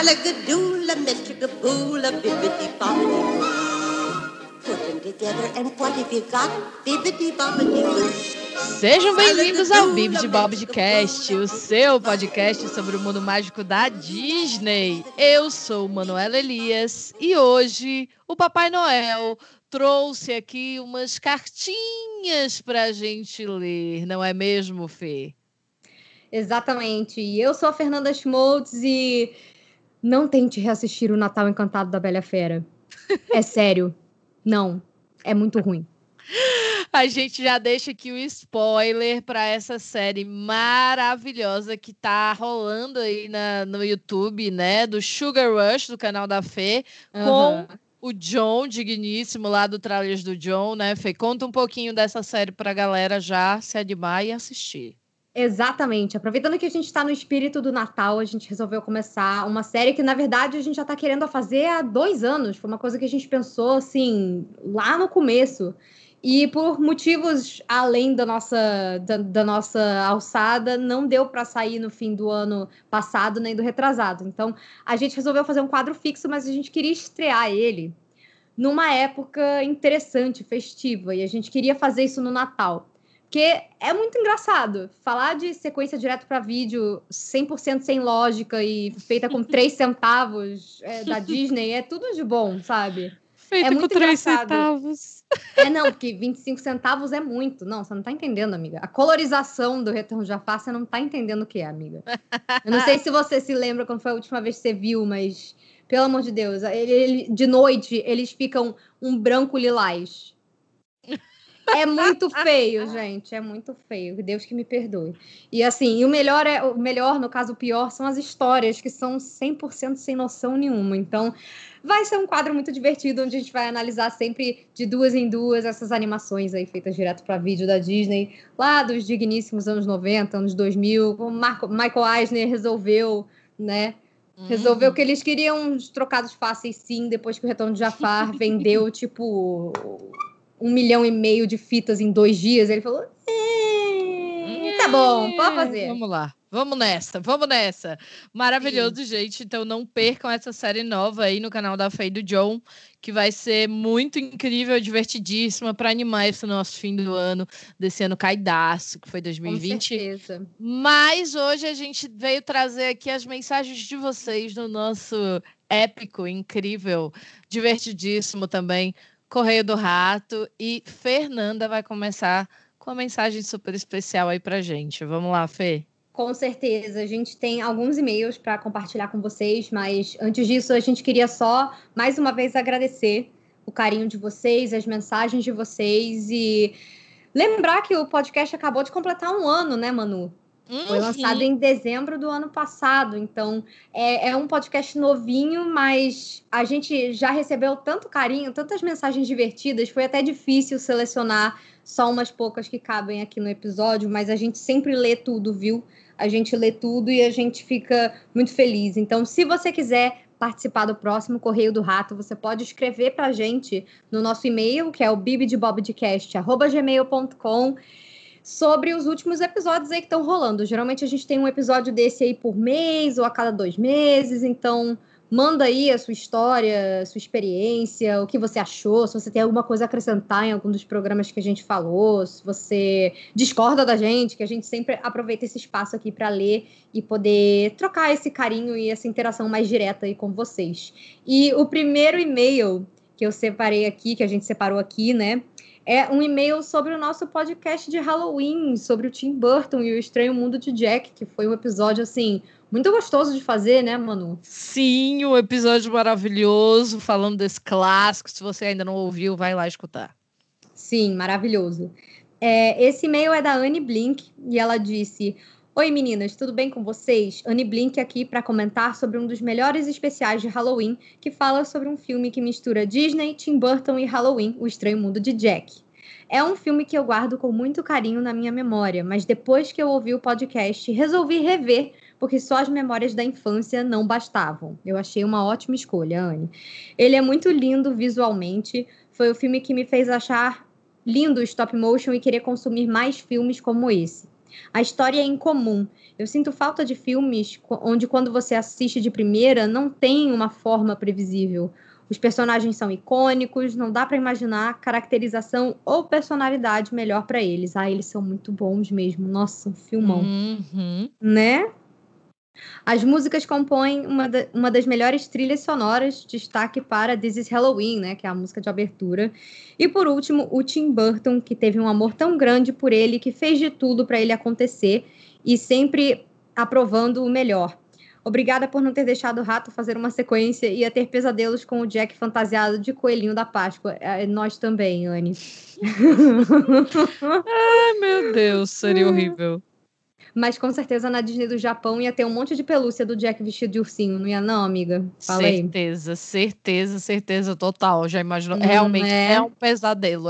Shabalagadoola, metricaboola, bibbidi-bobbidi-boo. Put them together and what have you got? Bibbidi-bobbidi-boo. Sejam bem-vindos ao Bibbidi Bobbidi Cast, o seu podcast sobre o mundo mágico da Disney. Eu sou Manuela Elias e hoje o Papai Noel trouxe aqui umas cartinhas pra gente ler, não é mesmo, Fê? Exatamente. E eu sou a Fernanda Schmoltz e não tente reassistir o Natal Encantado da Bela Fera. É sério. Não. É muito ruim. A gente já deixa aqui o spoiler para essa série maravilhosa que tá rolando aí no YouTube, né? Do Sugar Rush, do canal da Fê, com o John, digníssimo, lá do Trailers do John, né, Fê? Conta um pouquinho dessa série pra galera já se animar e assistir. Exatamente. Aproveitando que a gente está no espírito do Natal, a gente resolveu começar uma série que, na verdade, a gente já está querendo fazer há 2 anos. Foi uma coisa que a gente pensou, assim, lá no começo. E por motivos além da nossa alçada, não deu para sair no fim do ano passado nem do retrasado. Então, a gente resolveu fazer um quadro fixo, mas a gente queria estrear ele numa época interessante, festiva. E a gente queria fazer isso no Natal. Porque é muito engraçado. Falar de sequência direto para vídeo 100% sem lógica e feita com 3 centavos da Disney é tudo de bom, sabe? Feita com 3 centavos. Não, porque 25 centavos é muito. Não, você não tá entendendo, amiga. A colorização do Retorno de Jafar, você não tá entendendo o que é, amiga. Eu não sei se você se lembra quando foi a última vez que você viu, mas, pelo amor de Deus, de noite eles ficam um branco lilás. É muito feio, gente. É muito feio. Deus que me perdoe. E assim, o melhor, no caso o pior, são as histórias que são 100% sem noção nenhuma. Então, vai ser um quadro muito divertido, onde a gente vai analisar sempre de 2 em 2 essas animações aí feitas direto para vídeo da Disney, lá dos digníssimos anos 90, anos 2000. O Michael Eisner resolveu, né? Resolveu que eles queriam uns trocados fáceis, sim, depois que o Retorno de Jafar vendeu, tipo, 1,5 milhão de fitas em 2 dias. Ele falou, tá bom, pode fazer. Vamos lá. Vamos nessa. Maravilhoso, sim, gente. Então não percam essa série nova aí no canal da Fê e do John, que vai ser muito incrível, divertidíssima para animar esse nosso fim do ano, desse ano caidaço, que foi 2020. Com certeza. Mas hoje a gente veio trazer aqui as mensagens de vocês no nosso épico, incrível, divertidíssimo também, Correio do Rato. E Fernanda vai começar com uma mensagem super especial aí pra gente. Vamos lá, Fê? Com certeza, a gente tem alguns e-mails para compartilhar com vocês, mas antes disso a gente queria só, mais uma vez, agradecer o carinho de vocês, as mensagens de vocês e lembrar que o podcast acabou de completar 1 ano, né, Manu? Foi lançado em dezembro do ano passado, então é um podcast novinho, mas a gente já recebeu tanto carinho, tantas mensagens divertidas, foi até difícil selecionar só umas poucas que cabem aqui no episódio, mas a gente sempre lê tudo, viu? A gente lê tudo e a gente fica muito feliz. Então, se você quiser participar do próximo Correio do Rato, você pode escrever pra gente no nosso e-mail, que é o bibbidibobdcast@gmail.com, sobre os últimos episódios aí que estão rolando. Geralmente a gente tem um episódio desse aí por mês ou a cada 2 meses, então manda aí a sua história, a sua experiência, o que você achou, se você tem alguma coisa a acrescentar em algum dos programas que a gente falou, se você discorda da gente, que a gente sempre aproveita esse espaço aqui para ler e poder trocar esse carinho e essa interação mais direta aí com vocês. E o primeiro e-mail que eu separei aqui, que a gente separou aqui, né, é um e-mail sobre o nosso podcast de Halloween, sobre o Tim Burton e o Estranho Mundo de Jack, que foi um episódio, assim, muito gostoso de fazer, né, Manu? Sim, um episódio maravilhoso, falando desse clássico. Se você ainda não ouviu, vai lá escutar. Sim, maravilhoso. Esse e-mail é da Anne Blink, e ela disse: Oi, meninas, tudo bem com vocês? Anne Blink aqui para comentar sobre um dos melhores especiais de Halloween, que fala sobre um filme que mistura Disney, Tim Burton e Halloween, O Estranho Mundo de Jack. É um filme que eu guardo com muito carinho na minha memória, mas depois que eu ouvi o podcast, resolvi rever, porque só as memórias da infância não bastavam. Eu achei uma ótima escolha, Anne. Ele é muito lindo visualmente, foi o filme que me fez achar lindo o stop motion e querer consumir mais filmes como esse. A história é incomum. Eu sinto falta de filmes onde, quando você assiste de primeira, não tem uma forma previsível. Os personagens são icônicos, não dá para imaginar caracterização ou personalidade melhor para eles. Eles são muito bons mesmo. Nossa, um filmão. Né? As músicas compõem uma das melhores trilhas sonoras, destaque para This Is Halloween, né, que é a música de abertura. E por último, o Tim Burton, que teve um amor tão grande por ele, que fez de tudo para ele acontecer e sempre aprovando o melhor. Obrigada por não ter deixado o rato fazer uma sequência e a ter pesadelos com o Jack fantasiado de coelhinho da Páscoa. Nós também, Anne. Ai, meu Deus, seria horrível. Mas com certeza na Disney do Japão ia ter um monte de pelúcia do Jack vestido de ursinho, não ia não, amiga? Falei. Certeza total. Já imaginou? Realmente é um pesadelo,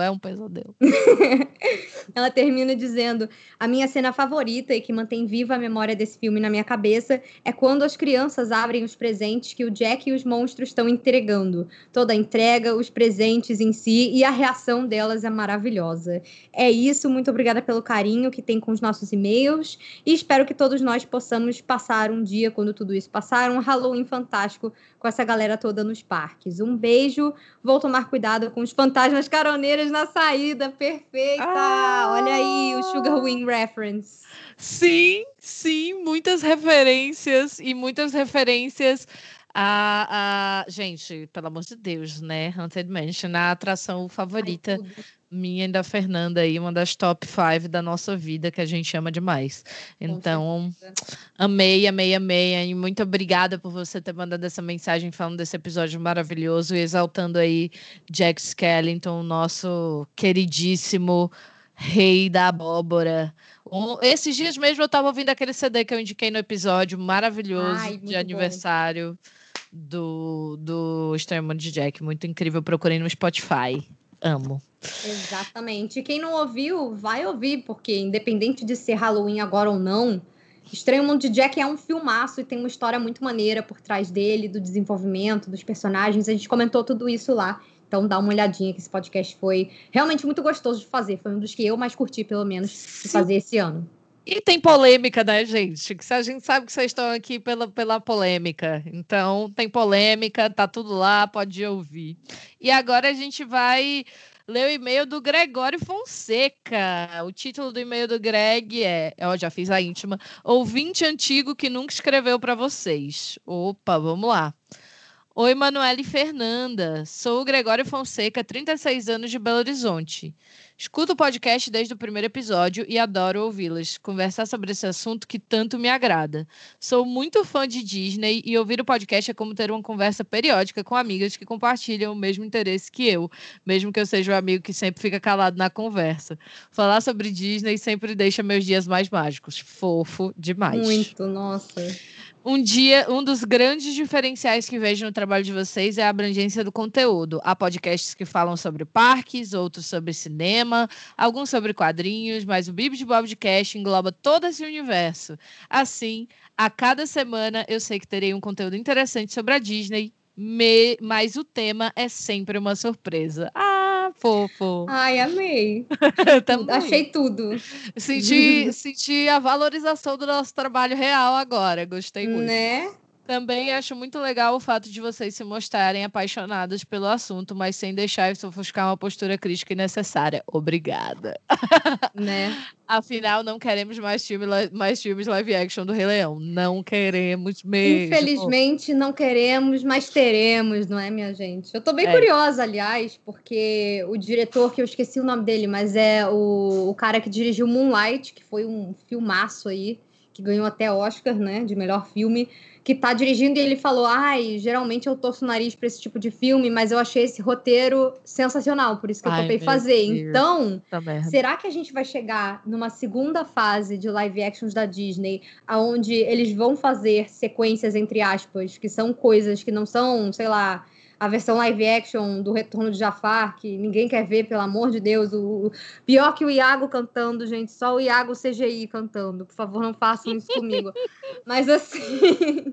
Ela termina dizendo: a minha cena favorita e que mantém viva a memória desse filme na minha cabeça é quando as crianças abrem os presentes que o Jack e os monstros estão entregando. Toda a entrega, os presentes em si e a reação delas é maravilhosa. É isso, muito obrigada pelo carinho que tem com os nossos e-mails e espero que todos nós possamos passar um dia, quando tudo isso passar, um Halloween fantástico com essa galera toda nos parques. Um beijo, vou tomar cuidado com os fantasmas caroneiros na saída, perfeita! Olha aí o Sugar Wing reference. Sim, muitas referências gente, pelo amor de Deus, né? Haunted Mansion, a atração favorita minha e da Fernanda aí, uma das top 5 da nossa vida, que a gente ama demais. Então, amei, e muito obrigada por você ter mandado essa mensagem falando desse episódio maravilhoso e exaltando aí Jack Skellington, nosso queridíssimo rei da abóbora. Esses dias mesmo eu estava ouvindo aquele CD que eu indiquei no episódio maravilhoso de aniversário do Extremo de Jack. Muito incrível, procurei no Spotify. Amo. Exatamente. E quem não ouviu, vai ouvir, porque independente de ser Halloween agora ou não, Estranho Mundo de Jack é um filmaço e tem uma história muito maneira por trás dele, do desenvolvimento, dos personagens. A gente comentou tudo isso lá. Então dá uma olhadinha, que esse podcast foi realmente muito gostoso de fazer. Foi um dos que eu mais curti, pelo menos, de fazer esse ano. E tem polêmica, né, gente? Que a gente sabe que vocês estão aqui pela polêmica. Então, tem polêmica, tá tudo lá, pode ouvir. E agora a gente vai ler o e-mail do Gregório Fonseca. O título do e-mail do Greg eu já fiz a íntima, ouvinte antigo que nunca escreveu para vocês. Opa, vamos lá. Oi, Manuela e Fernanda. Sou o Gregório Fonseca, 36 anos de Belo Horizonte. Escuto o podcast desde o primeiro episódio e adoro ouvi-las, conversar sobre esse assunto que tanto me agrada. Sou muito fã de Disney e ouvir o podcast é como ter uma conversa periódica com amigas que compartilham o mesmo interesse que eu, mesmo que eu seja o amigo que sempre fica calado na conversa. Falar sobre Disney sempre deixa meus dias mais mágicos. Fofo demais. Muito, nossa. Um dos grandes diferenciais que vejo no trabalho de vocês é a abrangência do conteúdo. Há podcasts que falam sobre parques, outros sobre cinema, alguns sobre quadrinhos, mas o Bibi de Bobcast engloba todo esse universo. Assim, a cada semana eu sei que terei um conteúdo interessante sobre a Disney, mas o tema é sempre uma surpresa. Fofo. Ai, amei. Achei tudo. Senti a valorização do nosso trabalho real agora. Gostei muito. Né? Também acho muito legal o fato de vocês se mostrarem apaixonados pelo assunto, mas sem deixar isso ofuscar uma postura crítica innecessária. Obrigada. Né? Afinal, não queremos mais filmes live action do Rei Leão. Não queremos mesmo. Infelizmente, não queremos, mas teremos, não é, minha gente? Eu tô bem curiosa, aliás, porque o diretor, que eu esqueci o nome dele, mas é o cara que dirigiu Moonlight, que foi um filmaço aí, que ganhou até Oscar, né, de melhor filme, que tá dirigindo, e ele falou, geralmente eu torço o nariz pra esse tipo de filme, mas eu achei esse roteiro sensacional, por isso que eu topei fazer. Deus. Então, será que a gente vai chegar numa segunda fase de live actions da Disney, onde eles vão fazer sequências, entre aspas, que são coisas que não são, sei lá, a versão live action do Retorno de Jafar, que ninguém quer ver, pelo amor de Deus. Pior que o Iago cantando, gente. Só o Iago CGI cantando. Por favor, não façam isso comigo. Mas, assim...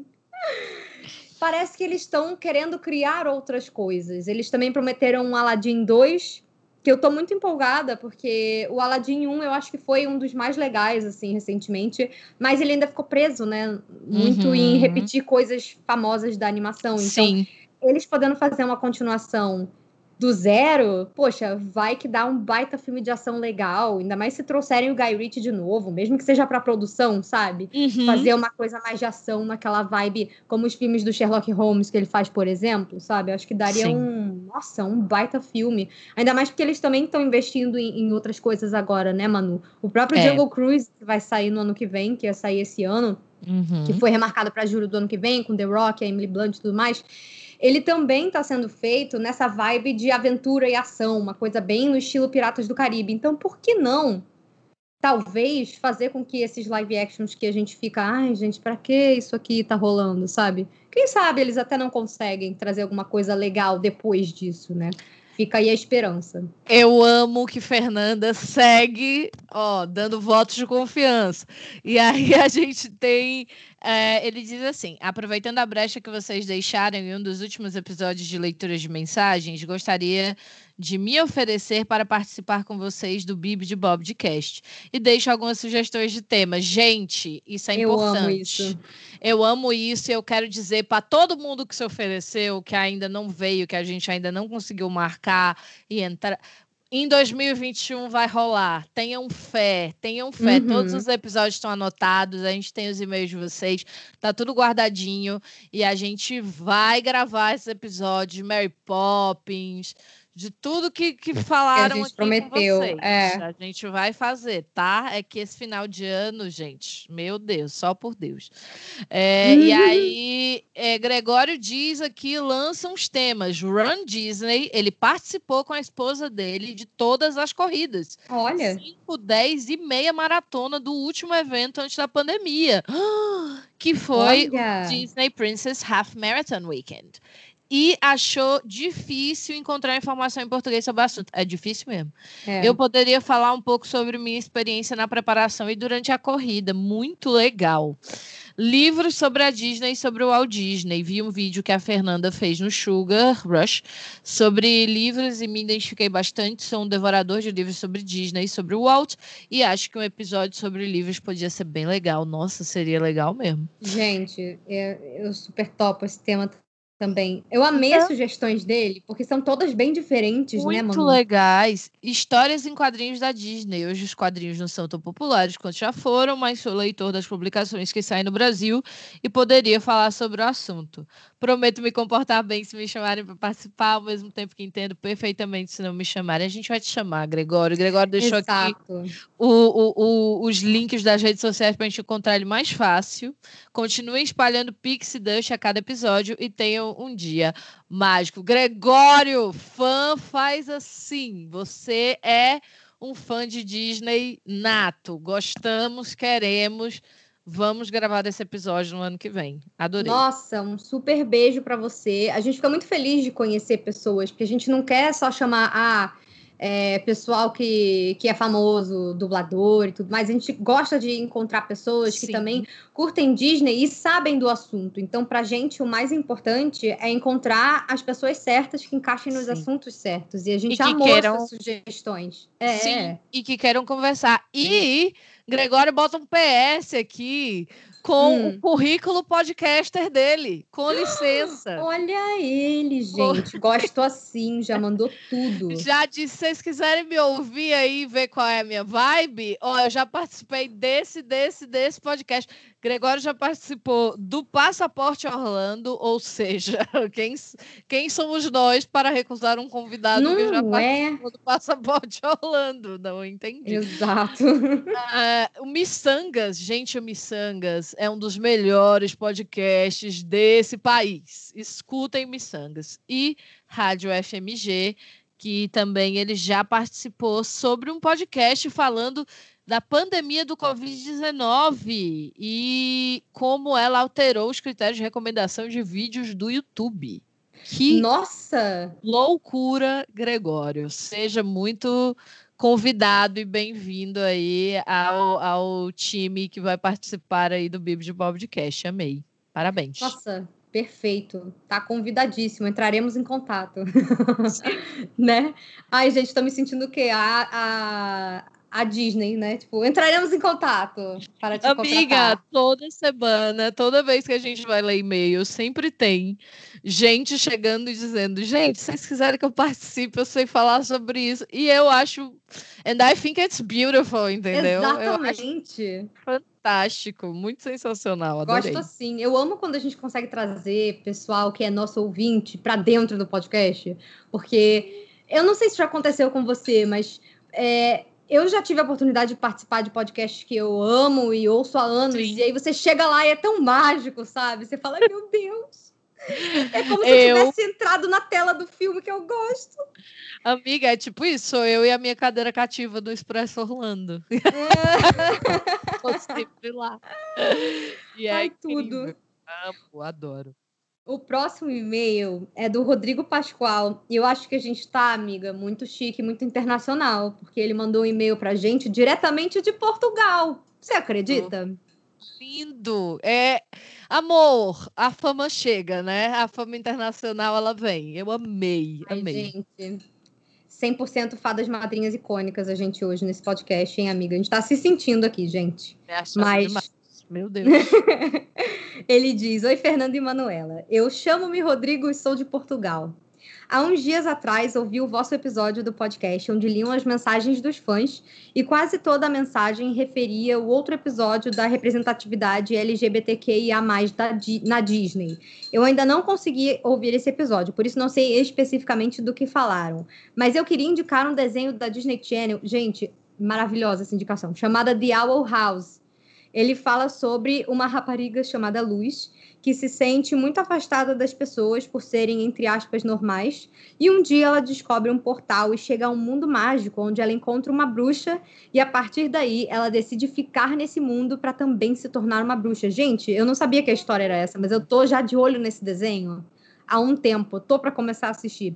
parece que eles estão querendo criar outras coisas. Eles também prometeram um Aladdin 2, que eu tô muito empolgada, porque o Aladdin 1 eu acho que foi um dos mais legais, assim, recentemente, mas ele ainda ficou preso, né, muito em repetir coisas famosas da animação. Então, Sim. eles podendo fazer uma continuação do zero, poxa, vai que dá um baita filme de ação legal, ainda mais se trouxerem o Guy Ritchie de novo, mesmo que seja pra produção, sabe? Fazer uma coisa mais de ação naquela vibe, como os filmes do Sherlock Holmes que ele faz, por exemplo, sabe? Acho que daria um baita filme. Ainda mais porque eles também estão investindo em outras coisas agora, né, Manu? O próprio Jungle Cruise, que vai sair no ano que vem, que ia sair esse ano, que foi remarcado para julho do ano que vem, com The Rock, a Emily Blunt e tudo mais, ele também está sendo feito nessa vibe de aventura e ação, uma coisa bem no estilo Piratas do Caribe. Então, por que não, talvez, fazer com que esses live actions que a gente fica, ai, gente, pra que isso aqui tá rolando, sabe? Quem sabe eles até não conseguem trazer alguma coisa legal depois disso, né? Fica aí a esperança. Eu amo que Fernanda segue, dando votos de confiança. E aí a gente tem... ele diz assim, aproveitando a brecha que vocês deixaram em um dos últimos episódios de leitura de mensagens, gostaria de me oferecer para participar com vocês do Bibi de Bob de Cast. E deixo algumas sugestões de temas. Gente, isso é importante. Eu amo isso. Eu amo isso e eu quero dizer para todo mundo que se ofereceu, que ainda não veio, que a gente ainda não conseguiu marcar e entrar... Em 2021 vai rolar. Tenham fé. Todos os episódios estão anotados. A gente tem os e-mails de vocês. Tá tudo guardadinho. E a gente vai gravar esses episódios de Mary Poppins, de tudo que falaram a gente aqui prometeu. com vocês. A gente vai fazer, tá? É que esse final de ano, gente, meu Deus, só por Deus. E aí, Gregório diz aqui, lança uns temas. Run Disney, ele participou com a esposa dele de todas as corridas. Olha. 5, 10 e meia maratona do último evento antes da pandemia. Que foi o Disney Princess Half Marathon Weekend. E achou difícil encontrar informação em português sobre o assunto. É difícil mesmo. Eu poderia falar um pouco sobre minha experiência na preparação e durante a corrida. Muito legal. Livros sobre a Disney e sobre o Walt Disney. Vi um vídeo que a Fernanda fez no Sugar Rush sobre livros e me identifiquei bastante. Sou um devorador de livros sobre Disney e sobre o Walt. E acho que um episódio sobre livros podia ser bem legal. Nossa, seria legal mesmo. Gente, eu super topo esse tema também. Eu amei as sugestões dele, porque são todas bem diferentes, né, Manu? Muito legais. Histórias em quadrinhos da Disney. Hoje os quadrinhos não são tão populares quanto já foram, mas sou leitor das publicações que saem no Brasil e poderia falar sobre o assunto. Prometo me comportar bem se me chamarem para participar, ao mesmo tempo que entendo perfeitamente se não me chamarem. A gente vai te chamar, Gregório. Gregório deixou aqui os links das redes sociais para a gente encontrar ele mais fácil. Continuem espalhando Pixie Dust a cada episódio e tenham um dia mágico. Gregório, fã faz assim. Você é um fã de Disney nato. Gostamos, queremos. Vamos gravar desse episódio no ano que vem. Adorei. Nossa, um super beijo para você. A gente fica muito feliz de conhecer pessoas, porque a gente não quer só chamar pessoal que é famoso, dublador e tudo mais. A gente gosta de encontrar pessoas que também curtem Disney e sabem do assunto. Então, pra gente, o mais importante é encontrar as pessoas certas que encaixem nos assuntos certos. E a gente amou essas sugestões. Sim, e que queiram conversar. E Gregório bota um PS aqui com o currículo podcaster dele. Com licença. Olha ele, gente. Gosto assim, já mandou tudo. Já disse, se vocês quiserem me ouvir aí e ver qual é a minha vibe, eu já participei desse podcast. Gregório já participou do Passaporte Orlando, ou seja, quem somos nós para recusar um convidado que já participou do Passaporte Orlando? Não entendi. Exato. O Missangas, gente, o Missangas é um dos melhores podcasts desse país. Escutem Missangas. E Rádio FMG, que também ele já participou sobre um podcast falando da pandemia do Covid-19 e como ela alterou os critérios de recomendação de vídeos do YouTube. Que loucura, Gregório. Seja muito convidado e bem-vindo aí ao time que vai participar aí do Bibi de Bob de Cash. Amei. Parabéns. Nossa, Perfeito. Tá convidadíssimo. Entraremos em contato. Né? Ai, gente, tô me sentindo o quê? A Disney, né? Tipo, entraremos em contato para te Amiga, contratar. toda semana, toda vez que a gente vai ler e-mail, sempre tem gente chegando e dizendo: gente, se vocês quiserem que eu participe, eu sei falar sobre isso. E eu acho. And I think it's beautiful, entendeu? Eu acho Exatamente. fantástico, muito sensacional, Gosto adorei. assim. Eu amo quando a gente consegue trazer pessoal que é nosso ouvinte para dentro do podcast, porque eu não sei se já aconteceu com você, mas eu já tive a oportunidade de participar de podcasts que eu amo e ouço há anos, Sim. e aí você chega lá e é tão mágico, sabe? Você fala, meu Deus, é como se eu Eu, tivesse entrado na tela do filme que eu gosto. amiga, é tipo isso, sou eu e a minha cadeira cativa do Expresso Orlando. Tô sempre lá. E é Ai, incrível. tudo. Amo, adoro. O próximo e-mail é do Rodrigo Pascoal. E eu acho que a gente tá, amiga, muito chique, muito internacional, porque ele mandou um e-mail pra gente diretamente de Portugal. Você acredita? Lindo. Amor, a fama chega, né? A fama internacional ela vem. Eu amei, Ai, amei. gente. 100% fadas madrinhas icônicas a gente hoje nesse podcast, hein, amiga? A gente tá se sentindo aqui, gente. Me achando Mas demais. Meu Deus. ele diz: Oi, Fernanda e Manuela. Eu chamo-me Rodrigo e sou de Portugal. Há uns dias atrás ouvi o vosso episódio do podcast onde liam as mensagens dos fãs e quase toda a mensagem referia o outro episódio da representatividade LGBTQIA+, na Disney. Eu ainda não consegui ouvir esse episódio, por isso não sei especificamente do que falaram. Mas eu queria indicar um desenho da Disney Channel, gente, maravilhosa essa indicação, chamada The Owl House. Ele fala sobre uma rapariga chamada Luz, que se sente muito afastada das pessoas por serem, entre aspas, normais, e um dia ela descobre um portal e chega a um mundo mágico, onde ela encontra uma bruxa, e a partir daí ela decide ficar nesse mundo para também se tornar uma bruxa. Gente, eu não sabia que a história era essa, mas eu tô já de olho nesse desenho há um tempo, tô para começar a assistir.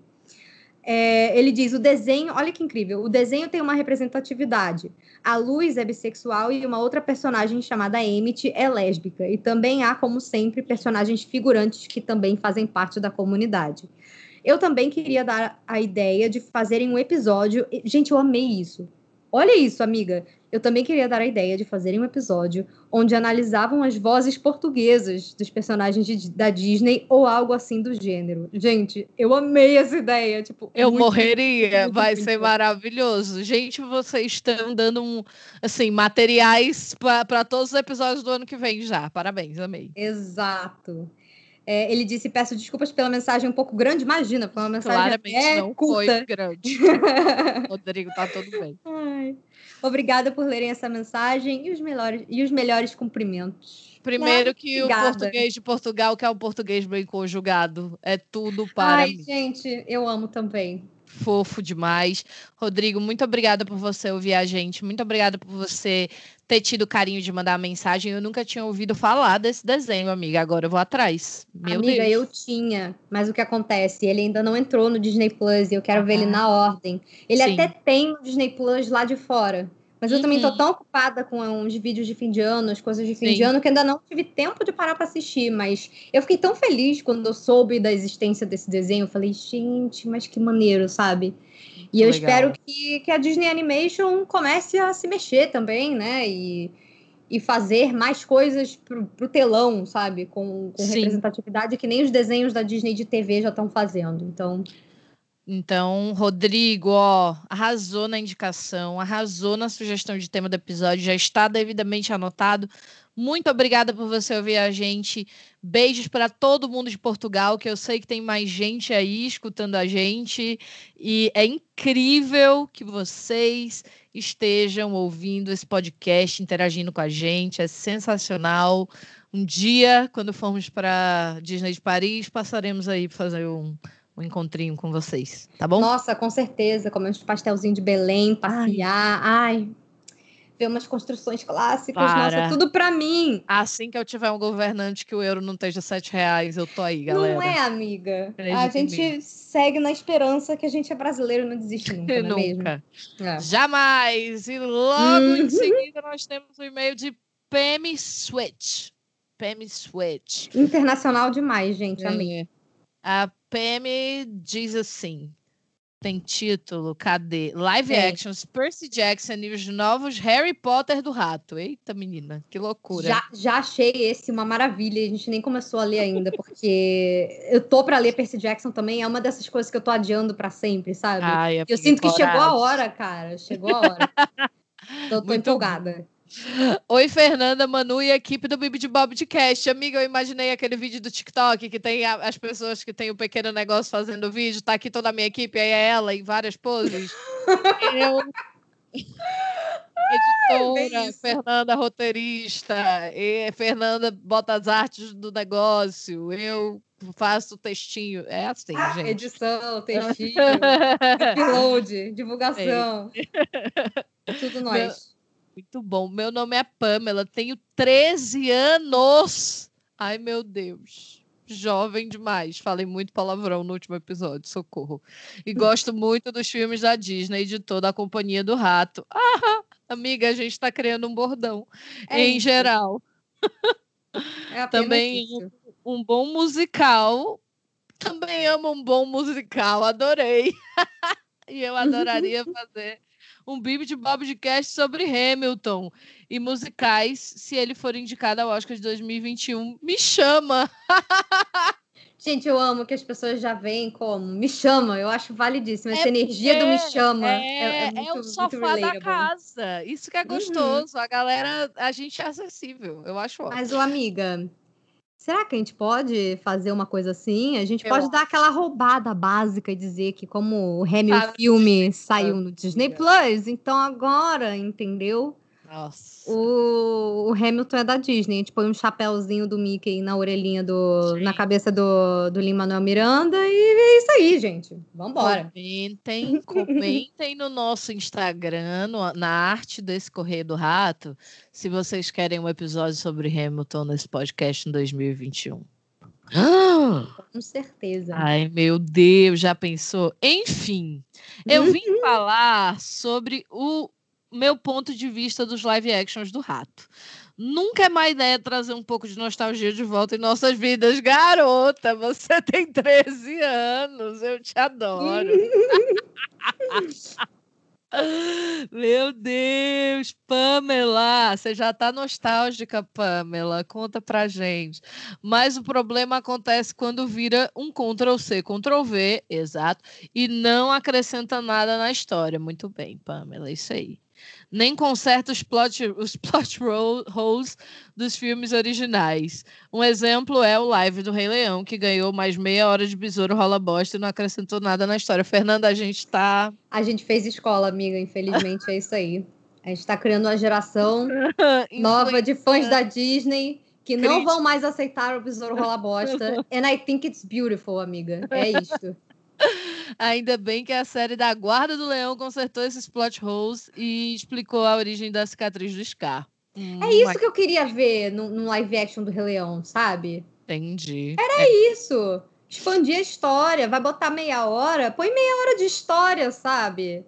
Ele diz, o desenho, olha que incrível, o desenho tem uma representatividade. A Luz é bissexual e uma outra personagem chamada Emmett é lésbica. E também há, como sempre, personagens figurantes que também fazem parte da comunidade. Eu também queria dar a ideia de fazerem um episódio... Gente, eu amei isso. Olha isso, amiga. Eu também queria dar a ideia de fazerem um episódio onde analisavam as vozes portuguesas dos personagens da Disney ou algo assim do gênero. Gente, eu amei essa ideia. Tipo, Eu muito, morreria, muito, vai muito. ser maravilhoso. Gente, vocês estão dando assim, materiais para todos os episódios do ano que vem já. Parabéns, amei. Exato. Ele disse, peço desculpas pela mensagem um pouco grande. Imagina, foi uma mensagem Claramente até não foi curta. grande. Rodrigo, tá tudo bem. Ai. Obrigada por lerem essa mensagem e os melhores cumprimentos. Primeiro que o Obrigada. português de Portugal, que é o português bem conjugado, é tudo para Ai, mim. gente, eu amo também. Fofo demais. Rodrigo, muito obrigada por você ouvir a gente. Muito obrigada por você ter tido o carinho de mandar a mensagem. Eu nunca tinha ouvido falar desse desenho, amiga. Agora eu vou atrás. Meu Amiga, Deus. eu tinha, mas o que acontece? Ele ainda não entrou no Disney Plus e eu quero ver ele na ordem. Ele sim. até tem no Disney Plus lá de fora. Mas eu também tô Uhum. tão ocupada com uns vídeos de fim de ano, as coisas de fim de Sim. ano, que ainda não tive tempo de parar para assistir. Mas eu fiquei tão feliz quando eu soube da existência desse desenho. Eu falei, gente, mas que maneiro, sabe? E eu Legal. espero que a Disney Animation comece a se mexer também, né? E fazer mais coisas pro telão, sabe? Com Sim. representatividade que nem os desenhos da Disney de TV já estão fazendo. Então, Rodrigo, ó, arrasou na indicação, arrasou na sugestão de tema do episódio, já está devidamente anotado. Muito obrigada por você ouvir a gente. Beijos para todo mundo de Portugal, que eu sei que tem mais gente aí escutando a gente. E é incrível que vocês estejam ouvindo esse podcast, interagindo com a gente. É sensacional. Um dia, quando formos para Disney de Paris, passaremos aí para fazer um encontrinho com vocês, tá bom? Nossa, com certeza, comer uns pastelzinho de Belém, passear, ver umas construções clássicas, nossa, tudo pra mim. Assim que eu tiver um governante que o euro não esteja R$7, eu tô aí, galera. Não é, amiga? Acredita a gente segue na esperança que a gente é brasileiro e não desiste nunca, não é mesmo? Jamais! E logo em seguida nós temos o e-mail de PM Switch. Pam Switch. Internacional demais, gente, amei. A Pam diz assim, tem título, cadê? Live Actions, Percy Jackson e os novos Harry Potter do Rato. Eita, menina, que loucura. Já achei esse uma maravilha, a gente nem começou a ler ainda, porque eu tô pra ler Percy Jackson também, é uma dessas coisas que eu tô adiando pra sempre, sabe? Ai, eu sinto que coragem. chegou a hora, cara, chegou a hora. Tô empolgada. Oi, Fernanda, Manu e a equipe do Bibi de Bob de Cast. Amiga, eu imaginei aquele vídeo do TikTok que tem as pessoas que tem o pequeno negócio fazendo vídeo. Tá aqui toda a minha equipe, aí é ela em várias poses. Eu, editora, Fernanda, roteirista, e Fernanda bota as artes do negócio. Eu faço textinho. É assim, gente. Edição, textinho, upload, divulgação. Tudo nós. Muito bom. Meu nome é Pamela, tenho 13 anos. Ai, meu Deus. Jovem demais. Falei muito palavrão no último episódio, socorro. E gosto muito dos filmes da Disney e de toda a Companhia do Rato. Ah, amiga, a gente está criando um bordão. Em geral. Também isso. Um bom musical. Também amo um bom musical. Adorei. E eu adoraria fazer um Bibi de Bob de Cast sobre Hamilton e musicais, se ele for indicado ao Oscar de 2021. Me chama! Gente, eu amo que as pessoas já veem como me chama, eu acho validíssimo. Essa energia do me chama é muito, o sofá muito da casa. Isso que é gostoso. A galera, a gente é acessível. Eu acho ótimo. Mas, amiga, será que a gente pode fazer uma coisa assim? A gente pode dar aquela roubada básica e dizer que como o Hamilton filme saiu no Disney Plus, então agora, entendeu? Nossa. O Hamilton é da Disney. A gente põe um chapéuzinho do Mickey na orelhinha na cabeça do Lin-Manuel Miranda e é isso aí, gente. Vambora. Comentem no nosso Instagram, na arte desse Correio do Rato, se vocês querem um episódio sobre Hamilton nesse podcast em 2021. Com certeza. Ai, meu Deus, já pensou? Enfim, eu vim falar sobre o meu ponto de vista dos live actions do Rato. Nunca é má ideia trazer um pouco de nostalgia de volta em nossas vidas. Garota, você tem 13 anos, eu te adoro. Meu Deus, Pamela, você já tá nostálgica, Pamela, conta pra gente. Mas o problema acontece quando vira um Ctrl-C, Ctrl-V, exato, e não acrescenta nada na história. Muito bem, Pamela, isso aí. Nem conserta os plot holes dos filmes originais. Um exemplo é o live do Rei Leão, que ganhou mais meia hora de besouro rola bosta e não acrescentou nada na história. Fernanda, a gente fez escola, amiga, infelizmente é isso aí. A gente tá criando uma geração nova de fãs da Disney que não vão mais aceitar o besouro rola bosta. And I think it's beautiful, amiga. É isso. Ainda bem que a série da Guarda do Leão consertou esses plot holes e explicou a origem da cicatriz do Scar. É isso que eu queria ver no live action do Rei Leão, sabe? Entendi. Era isso. Expandir a história. Vai botar meia hora? Põe meia hora de história, sabe?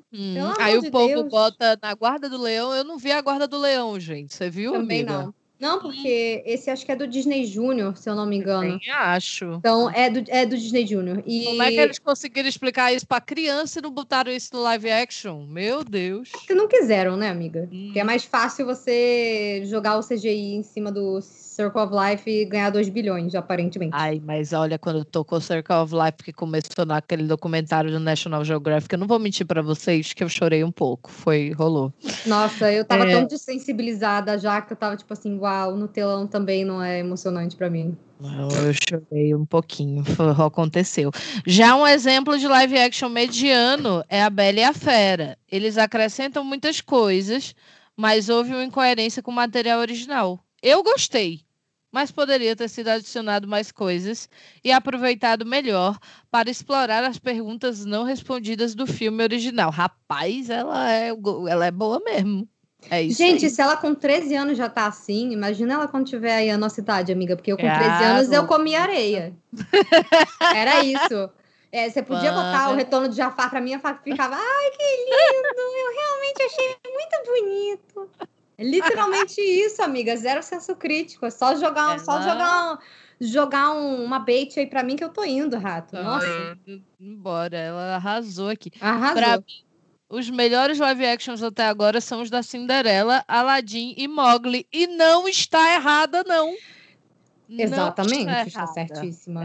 Aí o povo bota na Guarda do Leão. Eu não vi a Guarda do Leão, gente. Você viu, Também amiga? não. Não, porque esse acho que é do Disney Junior, se eu não me engano. Nem acho. Então, é do Disney Junior. E... Como é que eles conseguiram explicar isso pra criança e não botaram isso no live action? Meu Deus. Porque não quiseram, né, amiga? Porque é mais fácil você jogar o CGI em cima do Circle of Life e ganhar 2 bilhões, aparentemente. Ai, mas olha, quando tocou Circle of Life, que começou naquele documentário do National Geographic, eu não vou mentir pra vocês que eu chorei um pouco. Rolou. Nossa, eu tava tão desensibilizada já que eu tava tipo assim, uau, no telão também não é emocionante pra mim. Eu chorei um pouquinho, aconteceu. Já um exemplo de live action mediano é A Bela e a Fera. Eles acrescentam muitas coisas, mas houve uma incoerência com o material original. Eu gostei, mas poderia ter sido adicionado mais coisas e aproveitado melhor para explorar as perguntas não respondidas do filme original. Rapaz, ela é boa mesmo. É isso. Gente, aí. Se ela com 13 anos já tá assim, imagina ela quando tiver aí a nossa idade, amiga, porque eu com 13 anos eu comia areia. Era isso. Você podia botar o Retorno de Jafar pra mim, eu ficava, ai, que lindo, eu realmente achei muito bonito. É literalmente isso, amiga. Zero senso crítico. É só jogar uma bait aí pra mim que eu tô indo, Rato. Nossa. Embora, ela arrasou aqui. Arrasou. Os melhores live actions até agora são os da Cinderela, Aladdin e Mowgli. E não está errada, não. Exatamente, está certíssima.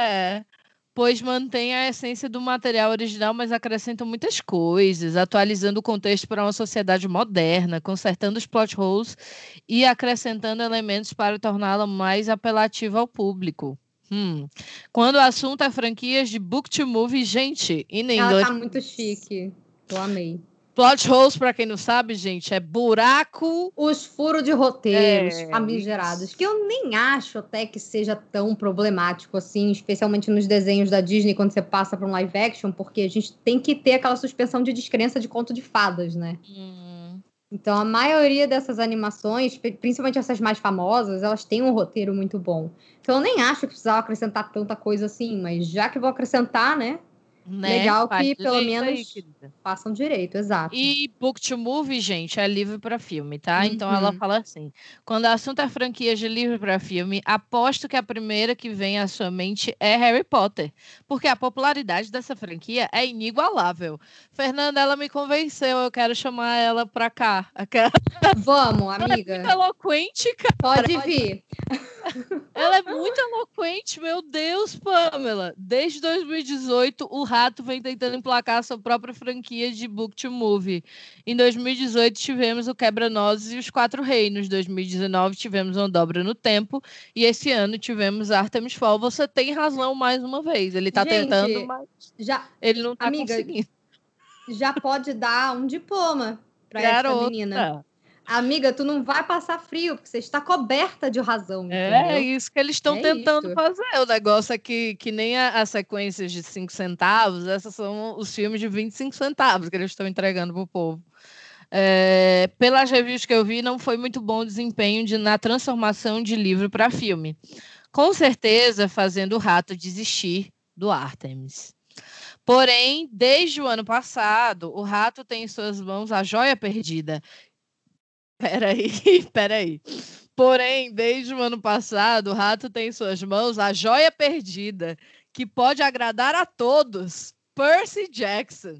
Pois mantém a essência do material original, mas acrescentam muitas coisas, atualizando o contexto para uma sociedade moderna, consertando os plot holes e acrescentando elementos para torná-la mais apelativa ao público. Quando o assunto é franquias de book to movie, gente, ela tá muito chique. Eu amei. Plot holes, para quem não sabe, gente, é buraco... Os furos de roteiros famigerados, que eu nem acho até que seja tão problemático assim, especialmente nos desenhos da Disney, quando você passa para um live action, porque a gente tem que ter aquela suspensão de descrença de conto de fadas, né? Então, a maioria dessas animações, principalmente essas mais famosas, elas têm um roteiro muito bom. Então, eu nem acho que precisava acrescentar tanta coisa assim, mas já que vou acrescentar, né? Legal que pelo menos façam direito, exato. E book to movie, gente, é livro para filme, tá? Então ela fala assim: quando o assunto é franquia de livro para filme, aposto que a primeira que vem à sua mente é Harry Potter, porque a popularidade dessa franquia é inigualável. Fernanda, ela me convenceu, eu quero chamar ela para cá. Vamos, amiga. Ela é muito eloquente, cara. Pode vir. Ela é muito eloquente, meu Deus, Pamela. Desde 2018, o Rato vem tentando emplacar sua própria franquia de book to movie. Em 2018, tivemos o Quebra-Nozes e os Quatro Reinos. Em 2019, tivemos Uma Dobra no Tempo. E esse ano, tivemos Artemis Fowl. Você tem razão mais uma vez. Ele tá tentando, mas ele não tá conseguindo. Já pode dar um diploma pra essa menina. Amiga, tu não vai passar frio, porque você está coberta de razão, entendeu? É isso que eles estão tentando fazer. O negócio é que nem as sequências de 5 centavos, essas são os filmes de 25 centavos que eles estão entregando pro povo. Pelas reviews que eu vi, não foi muito bom o desempenho na transformação de livro para filme. Com certeza, fazendo o Rato desistir do Artemis. Porém, desde o ano passado, o Rato tem em suas mãos a joia perdida. Peraí. Porém, desde o ano passado, o Rato tem em suas mãos a joia perdida, que pode agradar a todos. Percy Jackson.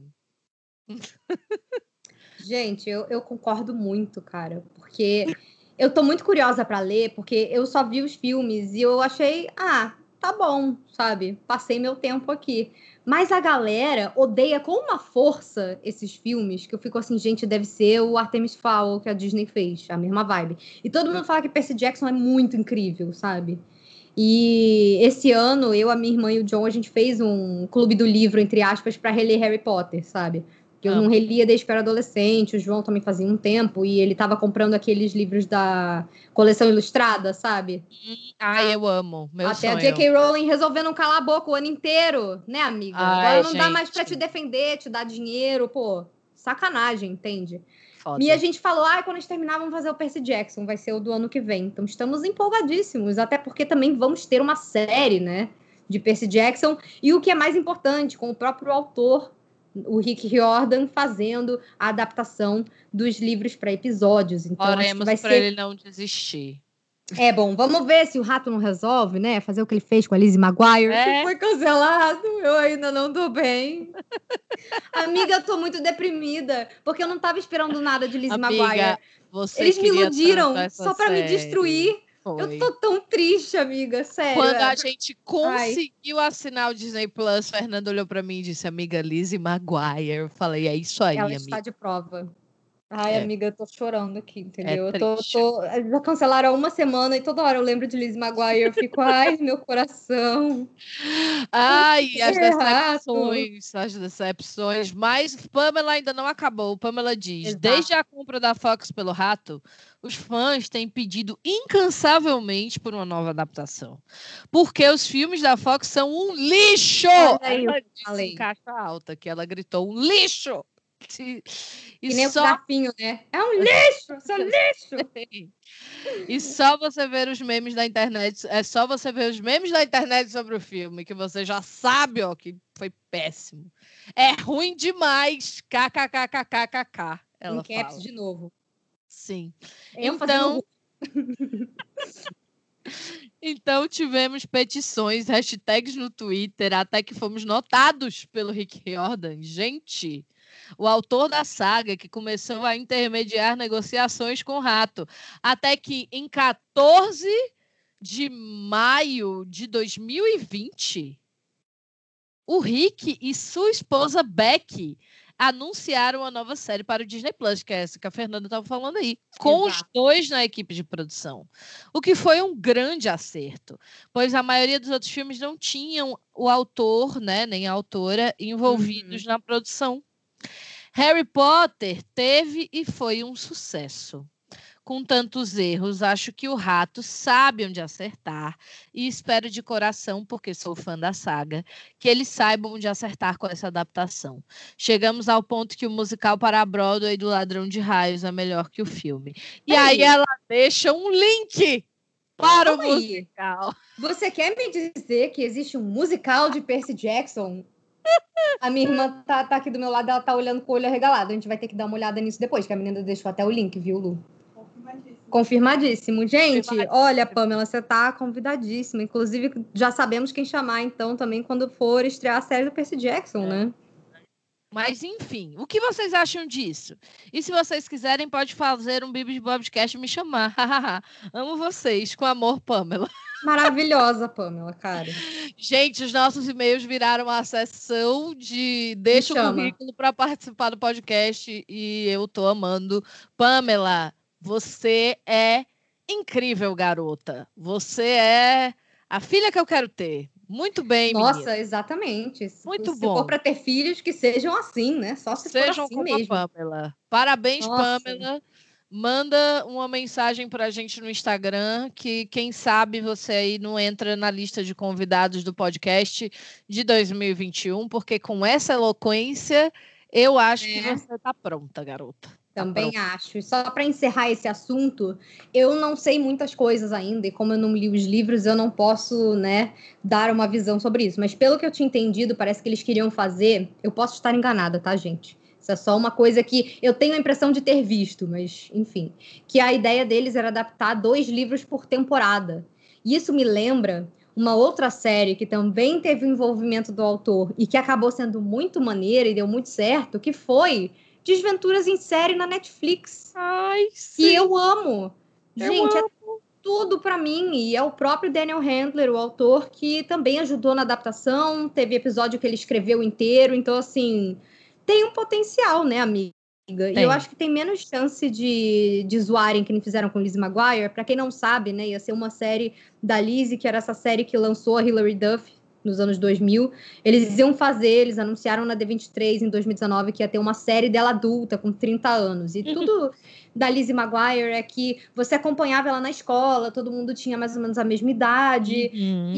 Gente, eu concordo muito, cara, porque eu tô muito curiosa para ler, porque eu só vi os filmes e eu achei, tá bom, sabe? Passei meu tempo aqui. Mas a galera odeia com uma força esses filmes, que eu fico assim, gente, deve ser o Artemis Fowl que a Disney fez, a mesma vibe. E todo mundo fala que Percy Jackson é muito incrível, sabe? E esse ano, eu, a minha irmã e o John, a gente fez um clube do livro, entre aspas, para reler Harry Potter, sabe? Que eu não relia desde que eu era adolescente, o João também fazia um tempo, e ele tava comprando aqueles livros da coleção ilustrada, sabe? Eu amo, meu Até sonho. a J.K. Rowling resolvendo calar a boca o ano inteiro, né, amiga? Agora não dá mais pra te defender, te dar dinheiro, pô, sacanagem, entende? Foda. E a gente falou, quando a gente terminar, vamos fazer o Percy Jackson, vai ser o do ano que vem. Então estamos empolgadíssimos, até porque também vamos ter uma série, né, de Percy Jackson, e o que é mais importante, com o próprio autor, o Rick Riordan, fazendo a adaptação dos livros para episódios. Então, oremos para ele não desistir. Bom, vamos ver se o Rato não resolve, né? Fazer o que ele fez com a Lizzie Maguire, que foi cancelado. Eu ainda não tô bem. Amiga, eu tô muito deprimida, porque eu não tava esperando nada de Lizzie Maguire. Eles me iludiram só pra me destruir. Foi. Eu tô tão triste, amiga, sério. Quando a gente conseguiu assinar o Disney Plus, Fernanda olhou pra mim e disse, amiga, Lizzie Maguire. Eu falei, é isso aí, amiga. Ela está de prova. Amiga, eu tô chorando aqui, entendeu? Já cancelaram há uma semana e toda hora eu lembro de Lizzie Maguire, eu fico, meu coração. As decepções, mas Pamela ainda não acabou. Pamela diz, exato, desde a compra da Fox pelo Rato, os fãs têm pedido incansavelmente por uma nova adaptação, porque os filmes da Fox são um lixo! Ela disse em caixa alta que ela gritou, um lixo! E nem só... o garfinho, né? É um lixo! Isso é lixo! E só você ver os memes da internet, só você ver os memes da internet sobre o filme, que você já sabe, que foi péssimo. É ruim demais, kkkkkkk, ela em caps fala. de novo. Sim. ênfase no Então tivemos petições, hashtags no Twitter, até que fomos notados pelo Rick Riordan. Gente, o autor da saga que começou a intermediar negociações com o Rato, até que em 14 de maio de 2020, o Rick e sua esposa Becky anunciaram a nova série para o Disney Plus, que é essa que a Fernanda estava falando aí, com os dois na equipe de produção. O que foi um grande acerto, pois a maioria dos outros filmes não tinham o autor, né, nem a autora envolvidos na produção. Harry Potter teve e foi um sucesso. Com tantos erros, acho que o Rato sabe onde acertar e espero de coração, porque sou fã da saga, que eles saibam onde acertar com essa adaptação. Chegamos ao ponto que o musical para a Broadway do Ladrão de Raios é melhor que o filme. E aí ela deixa um link para o musical. Você quer me dizer que existe um musical de Percy Jackson? A minha irmã tá aqui do meu lado, ela tá olhando com o olho arregalado. A gente vai ter que dar uma olhada nisso depois, que a menina deixou até o link, viu, Lu? Confirmadíssimo. Gente, olha, Pamela, você tá convidadíssima. Inclusive, já sabemos quem chamar, então, também, quando for estrear a série do Percy Jackson, né? Mas, enfim, o que vocês acham disso? E se vocês quiserem, pode fazer um Bibi de Bobcast e me chamar. Amo vocês. Com amor, Pamela. Maravilhosa, Pamela, cara. Gente, os nossos e-mails viraram a sessão de deixa o currículo para participar do podcast e eu tô amando. Pamela, você é incrível, garota. Você é a filha que eu quero ter. Muito bem, Nossa, menina. Exatamente. Muito se bom. for para ter filhos, que sejam assim, né? Só se sejam for assim como mesmo. A Pamela. Parabéns, Nossa. Pamela. Manda uma mensagem para a gente no Instagram, que quem sabe você aí não entra na lista de convidados do podcast de 2021, porque com essa eloquência, eu acho que você está pronta, garota. Também acho. E só para encerrar esse assunto, eu não sei muitas coisas ainda, e como eu não li os livros, eu não posso, né, dar uma visão sobre isso. Mas pelo que eu tinha entendido, parece que eles queriam fazer. Eu posso estar enganada, tá, gente? Isso é só uma coisa que eu tenho a impressão de ter visto, mas, enfim. Que a ideia deles era adaptar 2 livros por temporada. E isso me lembra uma outra série que também teve o envolvimento do autor e que acabou sendo muito maneira e deu muito certo, que foi Desventuras em Série na Netflix. Ai, sim. E eu amo. Gente, é tudo pra mim. E é o próprio Daniel Handler, o autor, que também ajudou na adaptação. Teve episódio que ele escreveu inteiro. Então, assim, tem um potencial, né, amiga? E eu acho que tem menos chance de zoarem que nem fizeram com Lizzie McGuire. Pra quem não sabe, né, ia ser uma série da Lizzie, que era essa série que lançou a Hilary Duff nos anos 2000, eles anunciaram na D23 em 2019 que ia ter uma série dela adulta, com 30 anos. E tudo da Lizzie McGuire é que você acompanhava ela na escola, todo mundo tinha mais ou menos a mesma idade.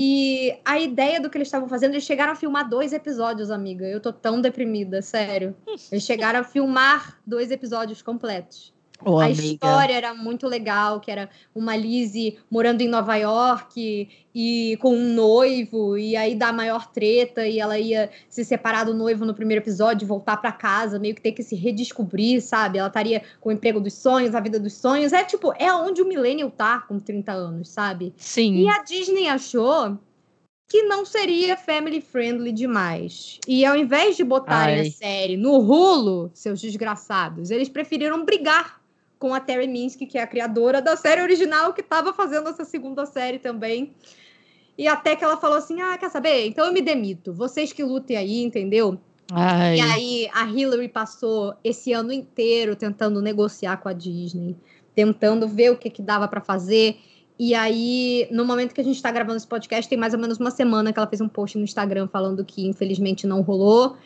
E a ideia do que eles estavam fazendo, eles chegaram a filmar 2 episódios, amiga. Eu tô tão deprimida, sério. Eles chegaram a filmar 2 episódios completos. A história era muito legal, que era uma Lizzie morando em Nova York e com um noivo, e aí dá maior treta, e ela ia se separar do noivo no primeiro episódio e voltar pra casa, meio que ter que se redescobrir, sabe? Ela estaria com o emprego dos sonhos, a vida dos sonhos. É tipo, é onde o millennial tá com 30 anos, sabe? Sim. E a Disney achou que não seria family friendly demais. E ao invés de botarem a série no Hulu, seus desgraçados, eles preferiram brigar com a Terry Minsky, que é a criadora da série original, que estava fazendo essa segunda série também. E até que ela falou assim, quer saber? Então eu me demito. Vocês que lutem aí, entendeu? E aí a Hilary passou esse ano inteiro tentando negociar com a Disney, tentando ver o que dava para fazer. E aí, no momento que a gente está gravando esse podcast, tem mais ou menos uma semana que ela fez um post no Instagram falando que infelizmente não rolou,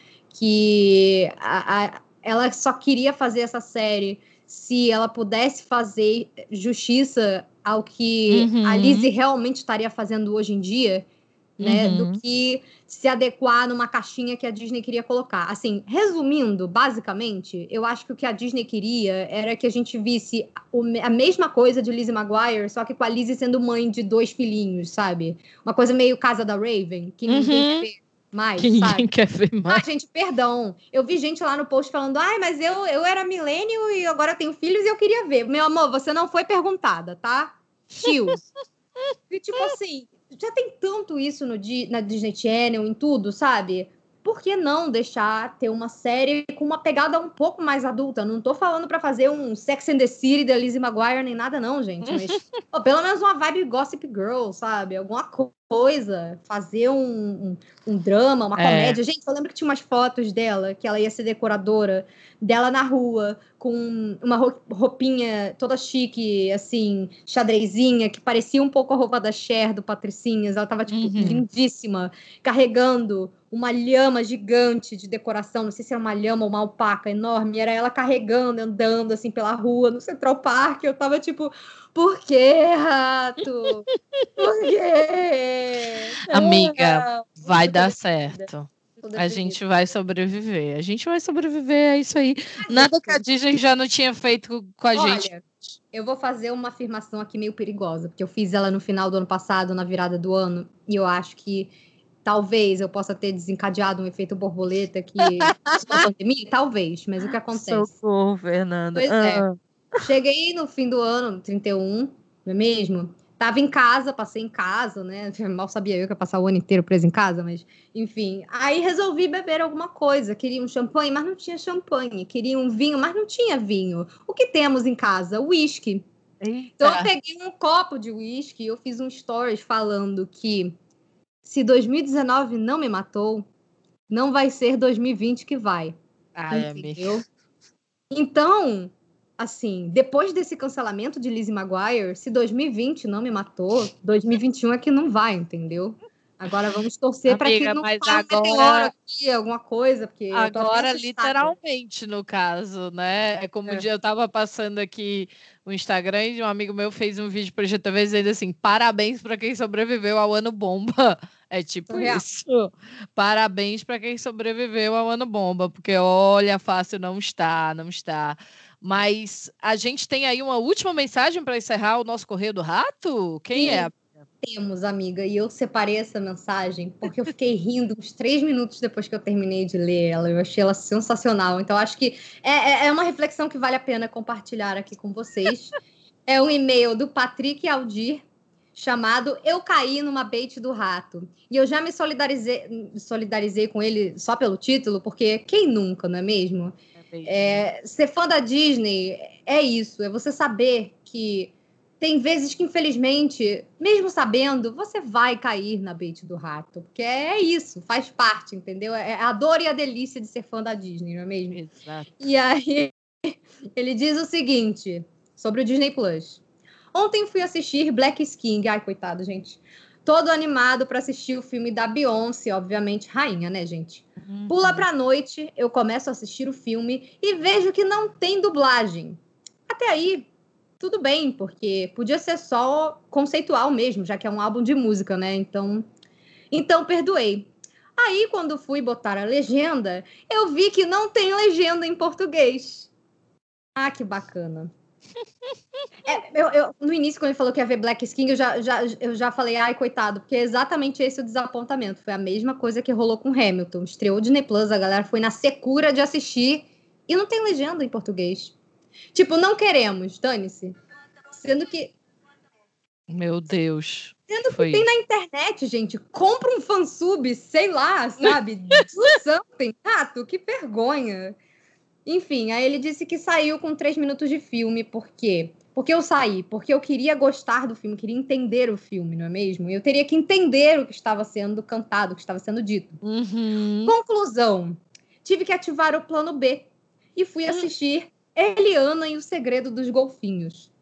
que ela só queria fazer essa série se ela pudesse fazer justiça ao que a Lizzie realmente estaria fazendo hoje em dia, né, do que se adequar numa caixinha que a Disney queria colocar. Assim, resumindo, basicamente, eu acho que o que a Disney queria era que a gente visse a mesma coisa de Lizzie McGuire, só que com a Lizzie sendo mãe de 2 filhinhos, sabe? Uma coisa meio Casa da Raven, que ninguém quer ver. mais, Que ninguém sabe? quer ver mais. Gente, perdão. Eu vi gente lá no post falando, mas eu era millennial e agora tenho filhos e eu queria ver. Meu amor, você não foi perguntada, tá? Chill. E tipo assim, já tem tanto isso na Disney Channel, em tudo, sabe? Por que não deixar ter uma série com uma pegada um pouco mais adulta? Não tô falando pra fazer um Sex and the City da Lizzie McGuire nem nada não, gente. Mas pelo menos uma vibe Gossip Girl, sabe? Alguma coisa. Fazer um drama, uma comédia. Gente, eu lembro que tinha umas fotos dela, que ela ia ser decoradora, dela na rua, com uma roupinha toda chique, assim, xadrezinha, que parecia um pouco a roupa da Cher, do Patricinhas. Ela tava, tipo, lindíssima, carregando uma lhama gigante de decoração, não sei se era uma lhama ou uma alpaca enorme, era ela carregando, andando, assim, pela rua, no Central Park. Eu tava, tipo, por que, rato? Por quê? Amiga, vai dar certo. A gente vai sobreviver. A gente vai sobreviver, é isso aí. Nada que a Disney já não tinha feito com a gente. Olha, eu vou fazer uma afirmação aqui meio perigosa, porque eu fiz ela no final do ano passado, na virada do ano, e eu acho que talvez eu possa ter desencadeado um efeito borboleta que na pandemia, talvez, mas o que acontece? Socorro, Fernanda. Pois é. Cheguei no fim do ano, no 31, não é mesmo? Tava em casa, passei em casa, né? Mal sabia eu que ia passar o ano inteiro preso em casa, mas enfim. Aí resolvi beber alguma coisa. Queria um champanhe, mas não tinha champanhe. Queria um vinho, mas não tinha vinho. O que temos em casa? Whisky. Então eu peguei um copo de whisky e eu fiz um stories falando que se 2019 não me matou, não vai ser 2020 que vai. Entendeu? Amiga. Então, assim, depois desse cancelamento de Lizzie McGuire, se 2020 não me matou, 2021 é que não vai, entendeu? Agora vamos torcer para que não faça meteoro aqui, alguma coisa, porque agora literalmente, no caso, né? É como um dia eu tava passando aqui o Instagram e um amigo meu fez um vídeo para o GTV dizendo assim, parabéns para quem sobreviveu ao ano bomba. É tipo isso. Parabéns para quem sobreviveu ao ano bomba, porque olha, fácil não está, não está. Mas a gente tem aí uma última mensagem para encerrar o nosso Correio do Rato? Quem é? Temos, amiga, e eu separei essa mensagem porque eu fiquei rindo uns 3 minutos depois que eu terminei de ler ela. Eu achei ela sensacional. Então, acho que é uma reflexão que vale a pena compartilhar aqui com vocês. É um e-mail do Patrick Aldir, chamado Eu Caí numa Bait do Rato. E eu já me solidarizei com ele só pelo título, porque quem nunca, não é mesmo? Ser fã da Disney é isso, é você saber que tem vezes que, infelizmente, mesmo sabendo, você vai cair na bait do rato. Porque é isso, faz parte, entendeu? É a dor e a delícia de ser fã da Disney, não é mesmo? Exato. E aí, ele diz o seguinte, sobre o Disney Plus. Ontem fui assistir Black King. Ai, coitado, gente. Todo animado para assistir o filme da Beyoncé, obviamente, rainha, né, gente? Pula pra noite, eu começo a assistir o filme e vejo que não tem dublagem. Até aí, tudo bem, porque podia ser só conceitual mesmo, já que é um álbum de música, né? Então perdoei. Aí, quando fui botar a legenda, eu vi que não tem legenda em português. Ah, que bacana. No início, quando ele falou que ia ver Black King, eu já falei, ai, coitado, porque é exatamente esse o desapontamento. Foi a mesma coisa que rolou com Hamilton. Estreou o Disney Plus, a galera foi na secura de assistir e não tem legenda em português. Tipo, não queremos, dane-se. Sendo que... Meu Deus. Sendo que tem na internet, gente. Compra um fansub, sei lá, sabe? Do something. Rato, que vergonha. Enfim, aí ele disse que saiu com 3 minutos de filme. Por quê? Porque eu saí. Porque eu queria gostar do filme, queria entender o filme, não é mesmo? Eu teria que entender o que estava sendo cantado, o que estava sendo dito. Conclusão. Tive que ativar o plano B. E fui assistir Eliana e o Segredo dos Golfinhos.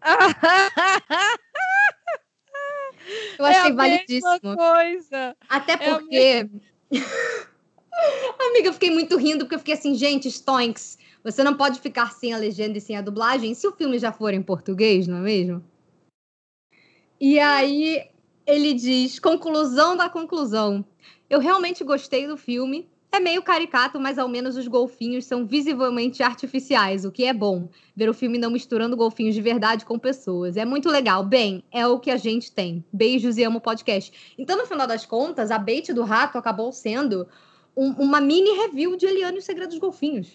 Eu achei validíssimo. Coisa. Até porque... Amiga, eu fiquei muito rindo, porque eu fiquei assim, gente, Stonks, você não pode ficar sem a legenda e sem a dublagem se o filme já for em português, não é mesmo? E aí ele diz, conclusão da conclusão. Eu realmente gostei do filme É meio caricato, mas ao menos os golfinhos são visivelmente artificiais, o que é bom. Ver o filme não misturando golfinhos de verdade com pessoas. É muito legal. Bem, é o que a gente tem. Beijos e amo o podcast. Então, no final das contas, a Bait do Rato acabou sendo uma mini review de Eliana e o Segredo dos Golfinhos.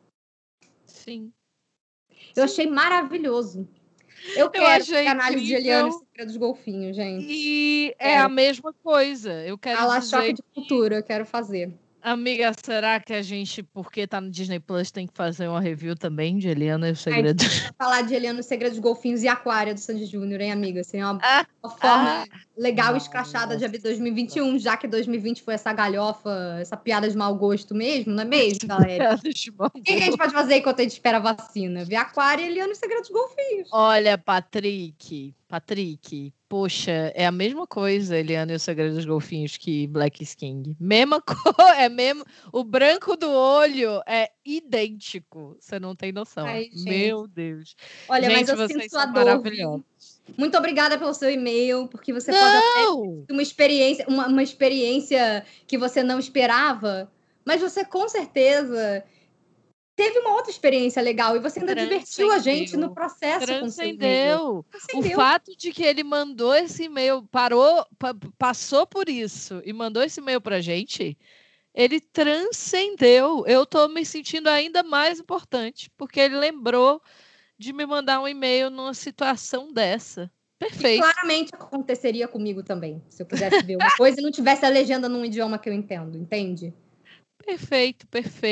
Sim. Eu achei maravilhoso. Eu quero achei análise de incrível. Eliana e o Segredo dos Golfinhos, gente. E é a mesma coisa. Eu quero A dizer choque de cultura, eu quero fazer. Amiga, será que a gente, porque tá no Disney Plus, tem que fazer uma review também de Eliana e o Segredo? Falar de Eliana e o Segredo dos Golfinhos e Aquária do Sandy Júnior, hein, amiga? Seria uma forma legal e escrachada de abrir 2021, já que 2020 foi essa galhofa, essa piada de mau gosto mesmo, não é mesmo, galera? O que a gente pode fazer enquanto a gente espera a vacina? Ver Aquária e Eliana e o Segredo dos Golfinhos. Olha, Patrick, poxa, é a mesma coisa, Eliana e o Segredo dos Golfinhos, que Black King. Mesma coisa, é mesmo. O branco do olho é idêntico. Você não tem noção. Ai, Meu Deus. Olha, gente, mas eu vocês sinto são a dor. maravilhosos. Muito obrigada pelo seu e-mail, porque você pode até ter uma experiência que você não esperava, mas você com certeza teve uma outra experiência legal e você ainda divertiu a gente no processo com seu e-mail. O fato de que ele mandou esse e-mail, passou por isso e mandou esse e-mail pra gente, ele transcendeu. Eu tô me sentindo ainda mais importante, porque ele lembrou de me mandar um e-mail numa situação dessa. Perfeito. E claramente aconteceria comigo também, se eu quisesse ver uma coisa e não tivesse a legenda num idioma que eu entendo, entende? Perfeito.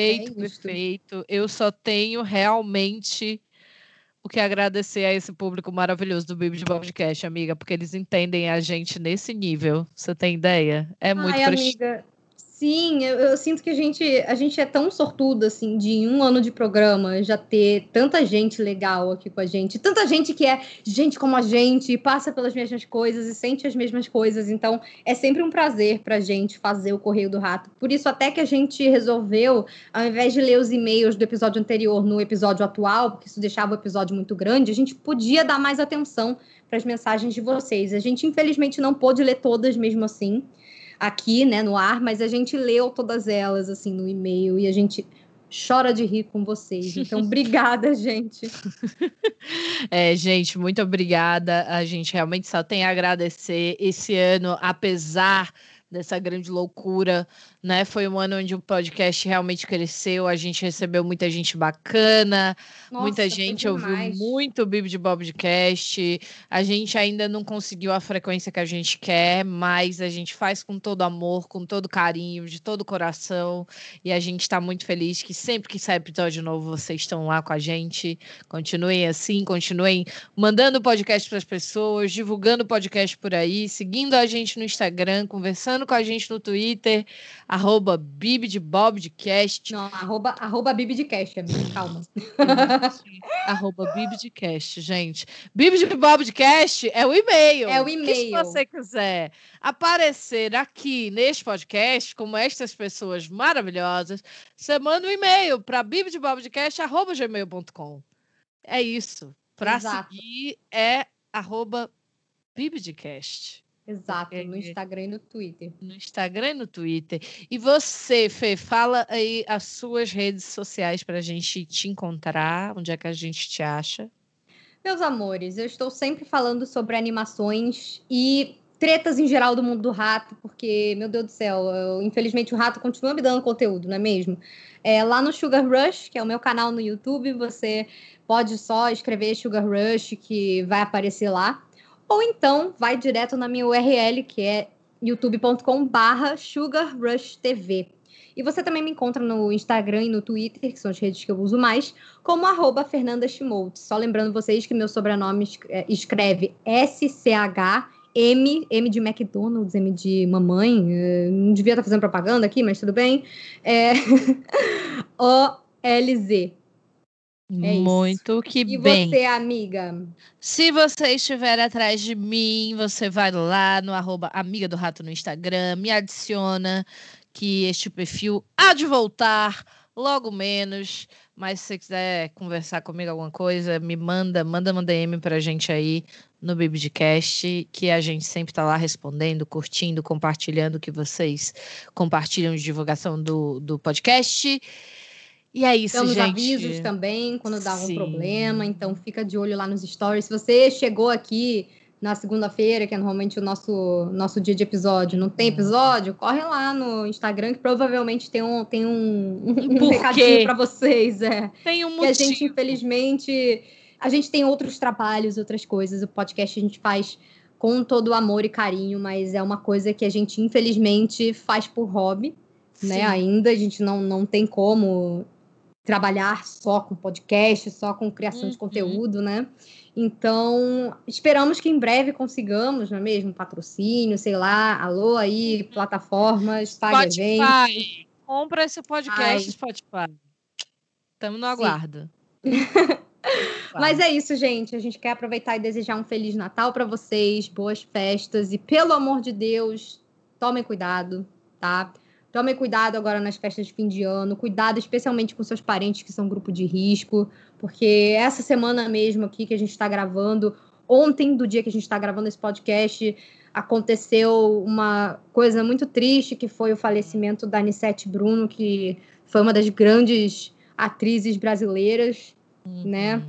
Eu só tenho realmente o que agradecer a esse público maravilhoso do Bibi de Podcast, amiga, porque eles entendem a gente nesse nível. Você tem ideia? É muito amiga. Sim, eu sinto que a gente é tão sortuda, assim, de em um ano de programa já ter tanta gente legal aqui com a gente. Tanta gente que é gente como a gente, passa pelas mesmas coisas e sente as mesmas coisas. Então, é sempre um prazer pra gente fazer o Correio do Rato. Por isso, até que a gente resolveu, ao invés de ler os e-mails do episódio anterior no episódio atual, porque isso deixava o episódio muito grande, a gente podia dar mais atenção para as mensagens de vocês. A gente, infelizmente, não pôde ler todas mesmo assim, aqui, né, no ar, mas a gente leu todas elas, assim, no e-mail, e a gente chora de rir com vocês. Então, obrigada, gente. Gente, muito obrigada. A gente realmente só tem a agradecer. Esse ano, apesar dessa grande loucura, né? Foi um ano onde o podcast realmente cresceu, a gente recebeu muita gente bacana, muita gente ouviu muito o Bibi de Bobcast, a gente ainda não conseguiu a frequência que a gente quer, mas a gente faz com todo amor, com todo carinho, de todo coração, e a gente está muito feliz que sempre que sai episódio novo, vocês estão lá com a gente. Continuem assim, continuem mandando o podcast para as pessoas, divulgando o podcast por aí, seguindo a gente no Instagram, conversando com a gente no Twitter, @bibdebobcast. Não, @bibdecast, amiga, calma. @bibdecast, gente. Bibdebobcast é o e-mail. É o e-mail. Se você quiser aparecer aqui neste podcast, como estas pessoas maravilhosas, você manda um e-mail para bibdebobcast@gmail.com. É isso. Para seguir é @bibdecast. Exato, no Instagram e no Twitter. No Instagram e no Twitter. E você, Fê, fala aí as suas redes sociais para a gente te encontrar, onde é que a gente te acha? Meus amores, eu estou sempre falando sobre animações e tretas em geral do mundo do rato, porque, meu Deus do céu, infelizmente o rato continua me dando conteúdo, não é mesmo? Lá no Sugar Rush, que é o meu canal no YouTube, você pode só escrever Sugar Rush, que vai aparecer lá. Ou então, vai direto na minha URL, que é youtube.com/SugarRushTV. E você também me encontra no Instagram e no Twitter, que são as redes que eu uso mais, como @FernandaSchmoltz. Só lembrando vocês que meu sobrenome escreve SCHM, M de McDonald's, M de mamãe. Não devia estar fazendo propaganda aqui, mas tudo bem. OLZ. Muito que e bem. E você, amiga? Se você estiver atrás de mim, você vai lá no @Amiga do Rato no Instagram, me adiciona, que este perfil há de voltar logo menos. Mas se você quiser conversar comigo alguma coisa, me manda uma DM pra gente aí no Biblicast, que a gente sempre está lá respondendo, curtindo, compartilhando o que vocês compartilham de divulgação do podcast. E é isso, Temos gente. avisos também quando dá algum Sim. problema, então fica de olho lá nos stories. Se você chegou aqui na segunda-feira, que é normalmente o nosso dia de episódio, não tem episódio, corre lá no Instagram que provavelmente tem um recadinho para vocês. Tem um motivo. E a gente, infelizmente, a gente tem outros trabalhos, outras coisas. O podcast a gente faz com todo o amor e carinho, mas é uma coisa que a gente, infelizmente, faz por hobby, né? Ainda a gente não tem como trabalhar só com podcast, só com criação de conteúdo, né? Então, esperamos que em breve consigamos, não é mesmo? Patrocínio, sei lá, alô aí, plataformas, pague a gente. Compra esse podcast, Spotify. Estamos no aguardo. Mas é isso, gente. A gente quer aproveitar e desejar um Feliz Natal para vocês, boas festas e, pelo amor de Deus, tomem cuidado, tá? Tomem cuidado agora nas festas de fim de ano, cuidado especialmente com seus parentes que são grupo de risco, porque essa semana mesmo aqui que a gente está gravando, ontem do dia que a gente está gravando esse podcast, aconteceu uma coisa muito triste, que foi o falecimento da Anissete Bruno, que foi uma das grandes atrizes brasileiras, né?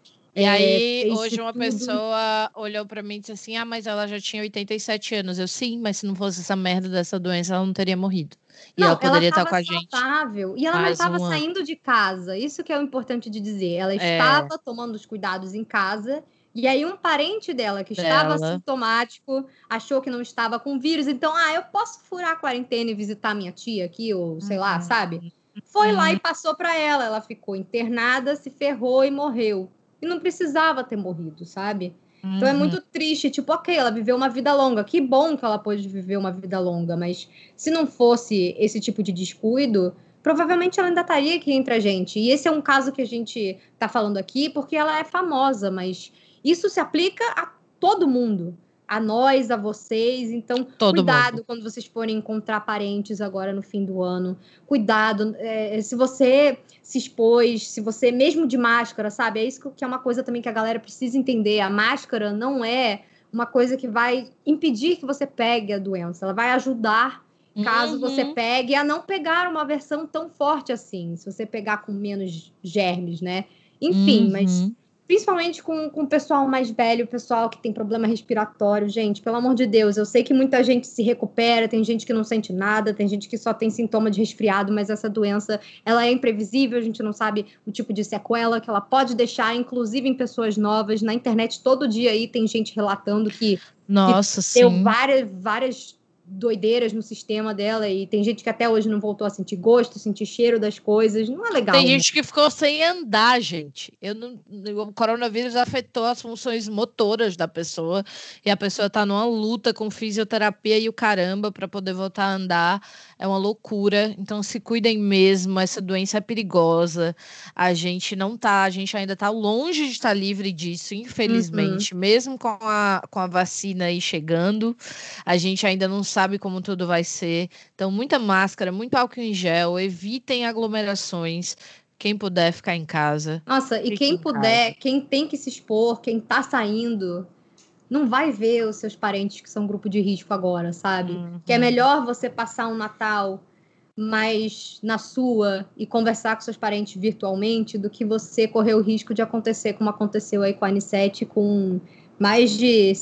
E aí, hoje uma pessoa olhou para mim e disse assim, mas ela já tinha 87 anos. Eu, sim, mas se não fosse essa merda dessa doença, ela não teria morrido. E ela poderia estar com a gente. Saudável, e ela não estava saindo de casa. Isso que é o importante de dizer. Ela estava tomando os cuidados em casa. E aí um parente dela que estava assintomático achou que não estava com vírus. Então, eu posso furar a quarentena e visitar minha tia aqui, ou sei lá, sabe? Foi lá e passou para ela. Ela ficou internada, se ferrou e morreu. E não precisava ter morrido, sabe? Então é muito triste, tipo, ok, ela viveu uma vida longa, que bom que ela pôde viver uma vida longa, mas se não fosse esse tipo de descuido, provavelmente ela ainda estaria aqui entre a gente. E esse é um caso que a gente tá falando aqui porque ela é famosa, mas isso se aplica a todo mundo, a nós, a vocês. Então, cuidado quando vocês forem encontrar parentes agora no fim do ano. Cuidado, se você se expôs, se você, mesmo de máscara, sabe? É isso que é uma coisa também que a galera precisa entender. A máscara não é uma coisa que vai impedir que você pegue a doença. Ela vai ajudar, caso você pegue, a não pegar uma versão tão forte assim. Se você pegar com menos germes, né? Enfim, mas... principalmente com o pessoal mais velho, o pessoal que tem problema respiratório. Gente, pelo amor de Deus, eu sei que muita gente se recupera, tem gente que não sente nada, tem gente que só tem sintoma de resfriado, mas essa doença, ela é imprevisível, a gente não sabe o tipo de sequela que ela pode deixar, inclusive em pessoas novas. Na internet, todo dia aí tem gente relatando que deu várias doideiras no sistema dela, e tem gente que até hoje não voltou a sentir gosto, sentir cheiro das coisas. Não é legal. Tem gente que ficou sem andar, gente. O coronavírus afetou as funções motoras da pessoa, e a pessoa tá numa luta com fisioterapia e o caramba para poder voltar a andar. É uma loucura. Então se cuidem mesmo, essa doença é perigosa. A gente ainda tá longe de estar livre disso, infelizmente. Mesmo com a vacina aí chegando, a gente ainda não sabe como tudo vai ser. Então, muita máscara, muito álcool em gel, evitem aglomerações. Quem puder ficar em casa. Nossa, e quem puder, quem tem que se expor, quem tá saindo, não vai ver os seus parentes que são grupo de risco agora, sabe? Que é melhor você passar um Natal mais na sua e conversar com seus parentes virtualmente do que você correr o risco de acontecer como aconteceu aí com a Anissete, com mais de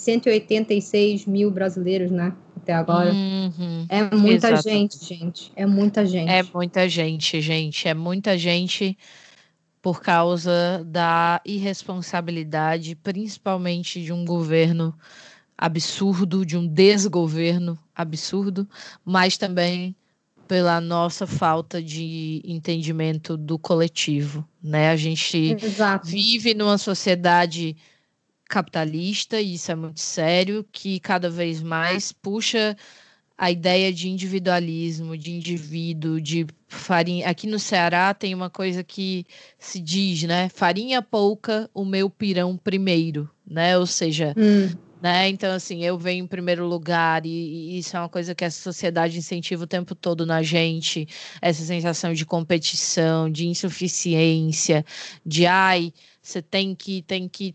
186 mil brasileiros, né? Até agora. É muita gente. É muita gente. É muita gente, gente. É muita gente por causa da irresponsabilidade, principalmente de um governo absurdo, de um desgoverno absurdo, mas também pela nossa falta de entendimento do coletivo, né? A gente vive numa sociedade capitalista, e isso é muito sério, que cada vez mais puxa a ideia de individualismo, de indivíduo, de farinha. Aqui no Ceará tem uma coisa que se diz, né? Farinha pouca, o meu pirão primeiro, né? Ou seja, né? Então, assim, eu venho em primeiro lugar, e isso é uma coisa que a sociedade incentiva o tempo todo na gente, essa sensação de competição, de insuficiência, de você tem que,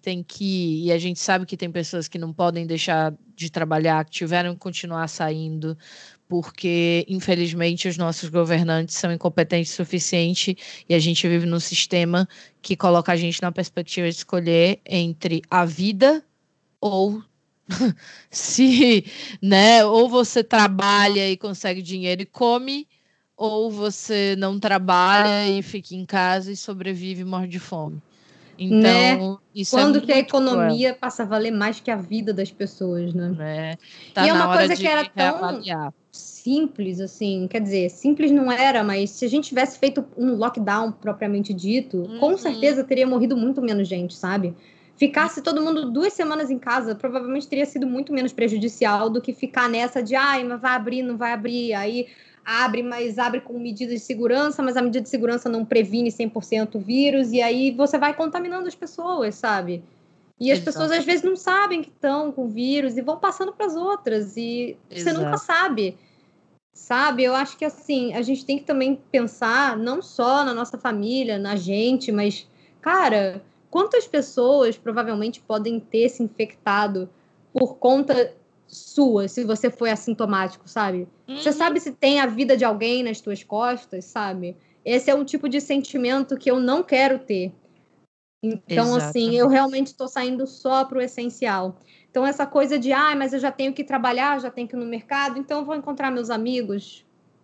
e a gente sabe que tem pessoas que não podem deixar de trabalhar, que tiveram que continuar saindo, porque, infelizmente, os nossos governantes são incompetentes o suficiente e a gente vive num sistema que coloca a gente na perspectiva de escolher entre a vida ou se, né, ou você trabalha e consegue dinheiro e come, ou você não trabalha e fica em casa e sobrevive e morre de fome. Então, né? isso Quando é que a muito economia passa a valer mais que a vida das pessoas, né? cruel, né? Tá E é na uma hora coisa de que era tão reavaliar. simples, assim, quer dizer, simples não era, mas se a gente tivesse feito um lockdown propriamente dito, com certeza teria morrido muito menos gente, sabe? Ficasse todo mundo 2 semanas em casa, provavelmente teria sido muito menos prejudicial do que ficar nessa de, ai, mas vai abrir, não vai abrir, aí abre, mas abre com medidas de segurança, mas a medida de segurança não previne 100% o vírus, e aí você vai contaminando as pessoas, sabe? E as pessoas às vezes não sabem que estão com vírus e vão passando para as outras e você nunca sabe, sabe? Eu acho que assim, a gente tem que também pensar não só na nossa família, na gente, mas, cara, quantas pessoas provavelmente podem ter se infectado por conta sua, se você foi assintomático, sabe? Você sabe se tem a vida de alguém nas tuas costas, sabe? Esse é um tipo de sentimento que eu não quero ter. Então, assim, eu realmente estou saindo só para o essencial. Então, essa coisa de, mas eu já tenho que trabalhar, já tenho que ir no mercado, então eu vou encontrar meus amigos.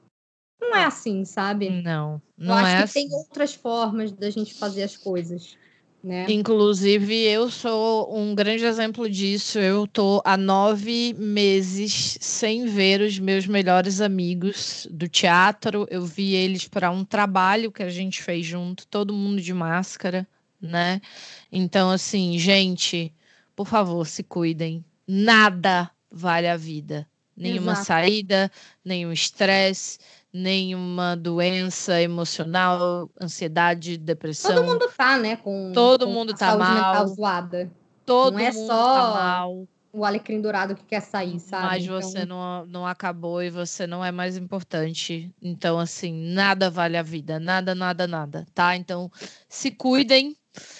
Não é assim, sabe? Não eu acho é que assim. tem outras formas da gente fazer as coisas, né? Inclusive, eu sou um grande exemplo disso. Eu tô há 9 meses sem ver os meus melhores amigos do teatro. Eu vi eles para um trabalho que a gente fez junto, todo mundo de máscara, né? Então, assim, gente, por favor, se cuidem. Nada vale a vida. Nenhuma Exato. saída, nenhum estresse, nenhuma doença emocional, ansiedade, depressão. Todo mundo tá, né, Todo com mundo a tá saúde mental mal, zoada. Não todo é mundo tá só mal, o alecrim dourado que quer sair, sabe? mas você Então, não acabou e você não é mais importante. Então, assim, nada vale a vida, nada, nada, nada, tá? Então, se cuidem.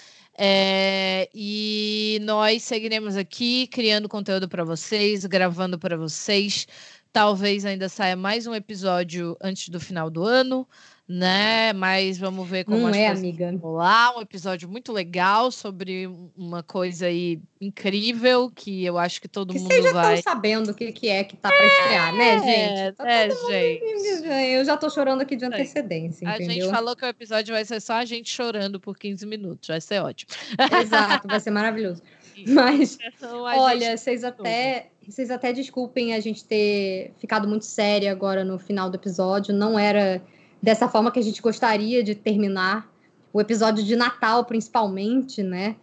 E nós seguiremos aqui criando conteúdo para vocês, gravando para vocês. Talvez ainda saia mais um episódio antes do final do ano, né? Mas vamos ver como não as é, coisas amiga. vão rolar. Um episódio muito legal sobre uma coisa aí incrível que eu acho que todo Que mundo vocês já estão vai. sabendo o que é que tá para estrear, né, gente? Tá todo mundo. Gente. Eu já tô chorando aqui de antecedência, A gente entendeu? falou que o episódio vai ser só a gente chorando por 15 minutos. Vai ser ótimo. Exato, vai ser maravilhoso. Mas, Então, olha, vocês até desculpem a gente ter ficado muito séria agora no final do episódio. Não era dessa forma que a gente gostaria de terminar o episódio de Natal, principalmente, né?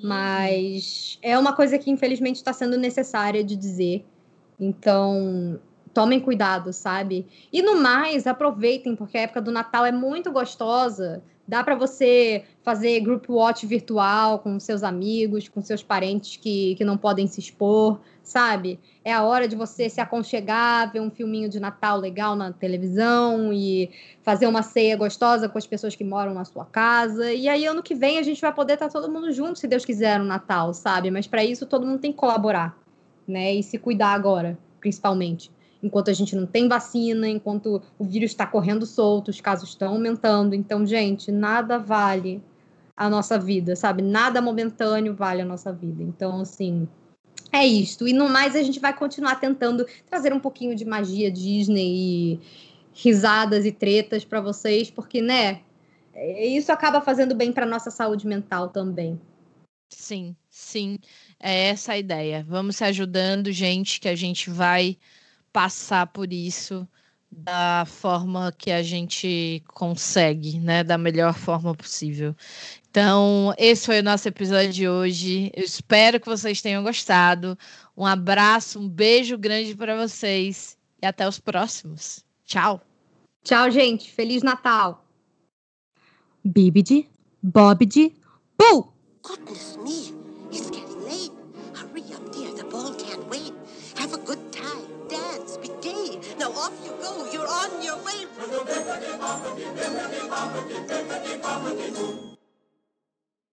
Mas é uma coisa que infelizmente está sendo necessária de dizer. Então, tomem cuidado, sabe? E no mais, aproveitem, porque a época do Natal é muito gostosa. Dá para você fazer group watch virtual com seus amigos, com seus parentes que não podem se expor, sabe? É a hora de você se aconchegar, ver um filminho de Natal legal na televisão e fazer uma ceia gostosa com as pessoas que moram na sua casa. E aí, ano que vem, a gente vai poder estar todo mundo junto, se Deus quiser, no Natal, sabe? Mas para isso, todo mundo tem que colaborar, né? E se cuidar agora, principalmente. Enquanto a gente não tem vacina, enquanto o vírus está correndo solto, os casos estão aumentando. Então, gente, nada vale a nossa vida, sabe? Nada momentâneo vale a nossa vida. Então, assim, é isto. E no mais, a gente vai continuar tentando trazer um pouquinho de magia Disney e risadas e tretas para vocês, porque, né, isso acaba fazendo bem para nossa saúde mental também. Sim, sim, é essa a ideia. Vamos se ajudando, gente, que a gente vai passar por isso da forma que a gente consegue, né? Da melhor forma possível. Então, esse foi o nosso episódio de hoje. Eu espero que vocês tenham gostado. Um abraço, um beijo grande para vocês e até os próximos. Tchau. Tchau, gente. Feliz Natal. Bibidi, Bobidi, Boo! Goodness me, it's getting late. Hurry up, dear. The ball can't wait. Have a good time. Dance. Be gay. Now off you go. You're on your way.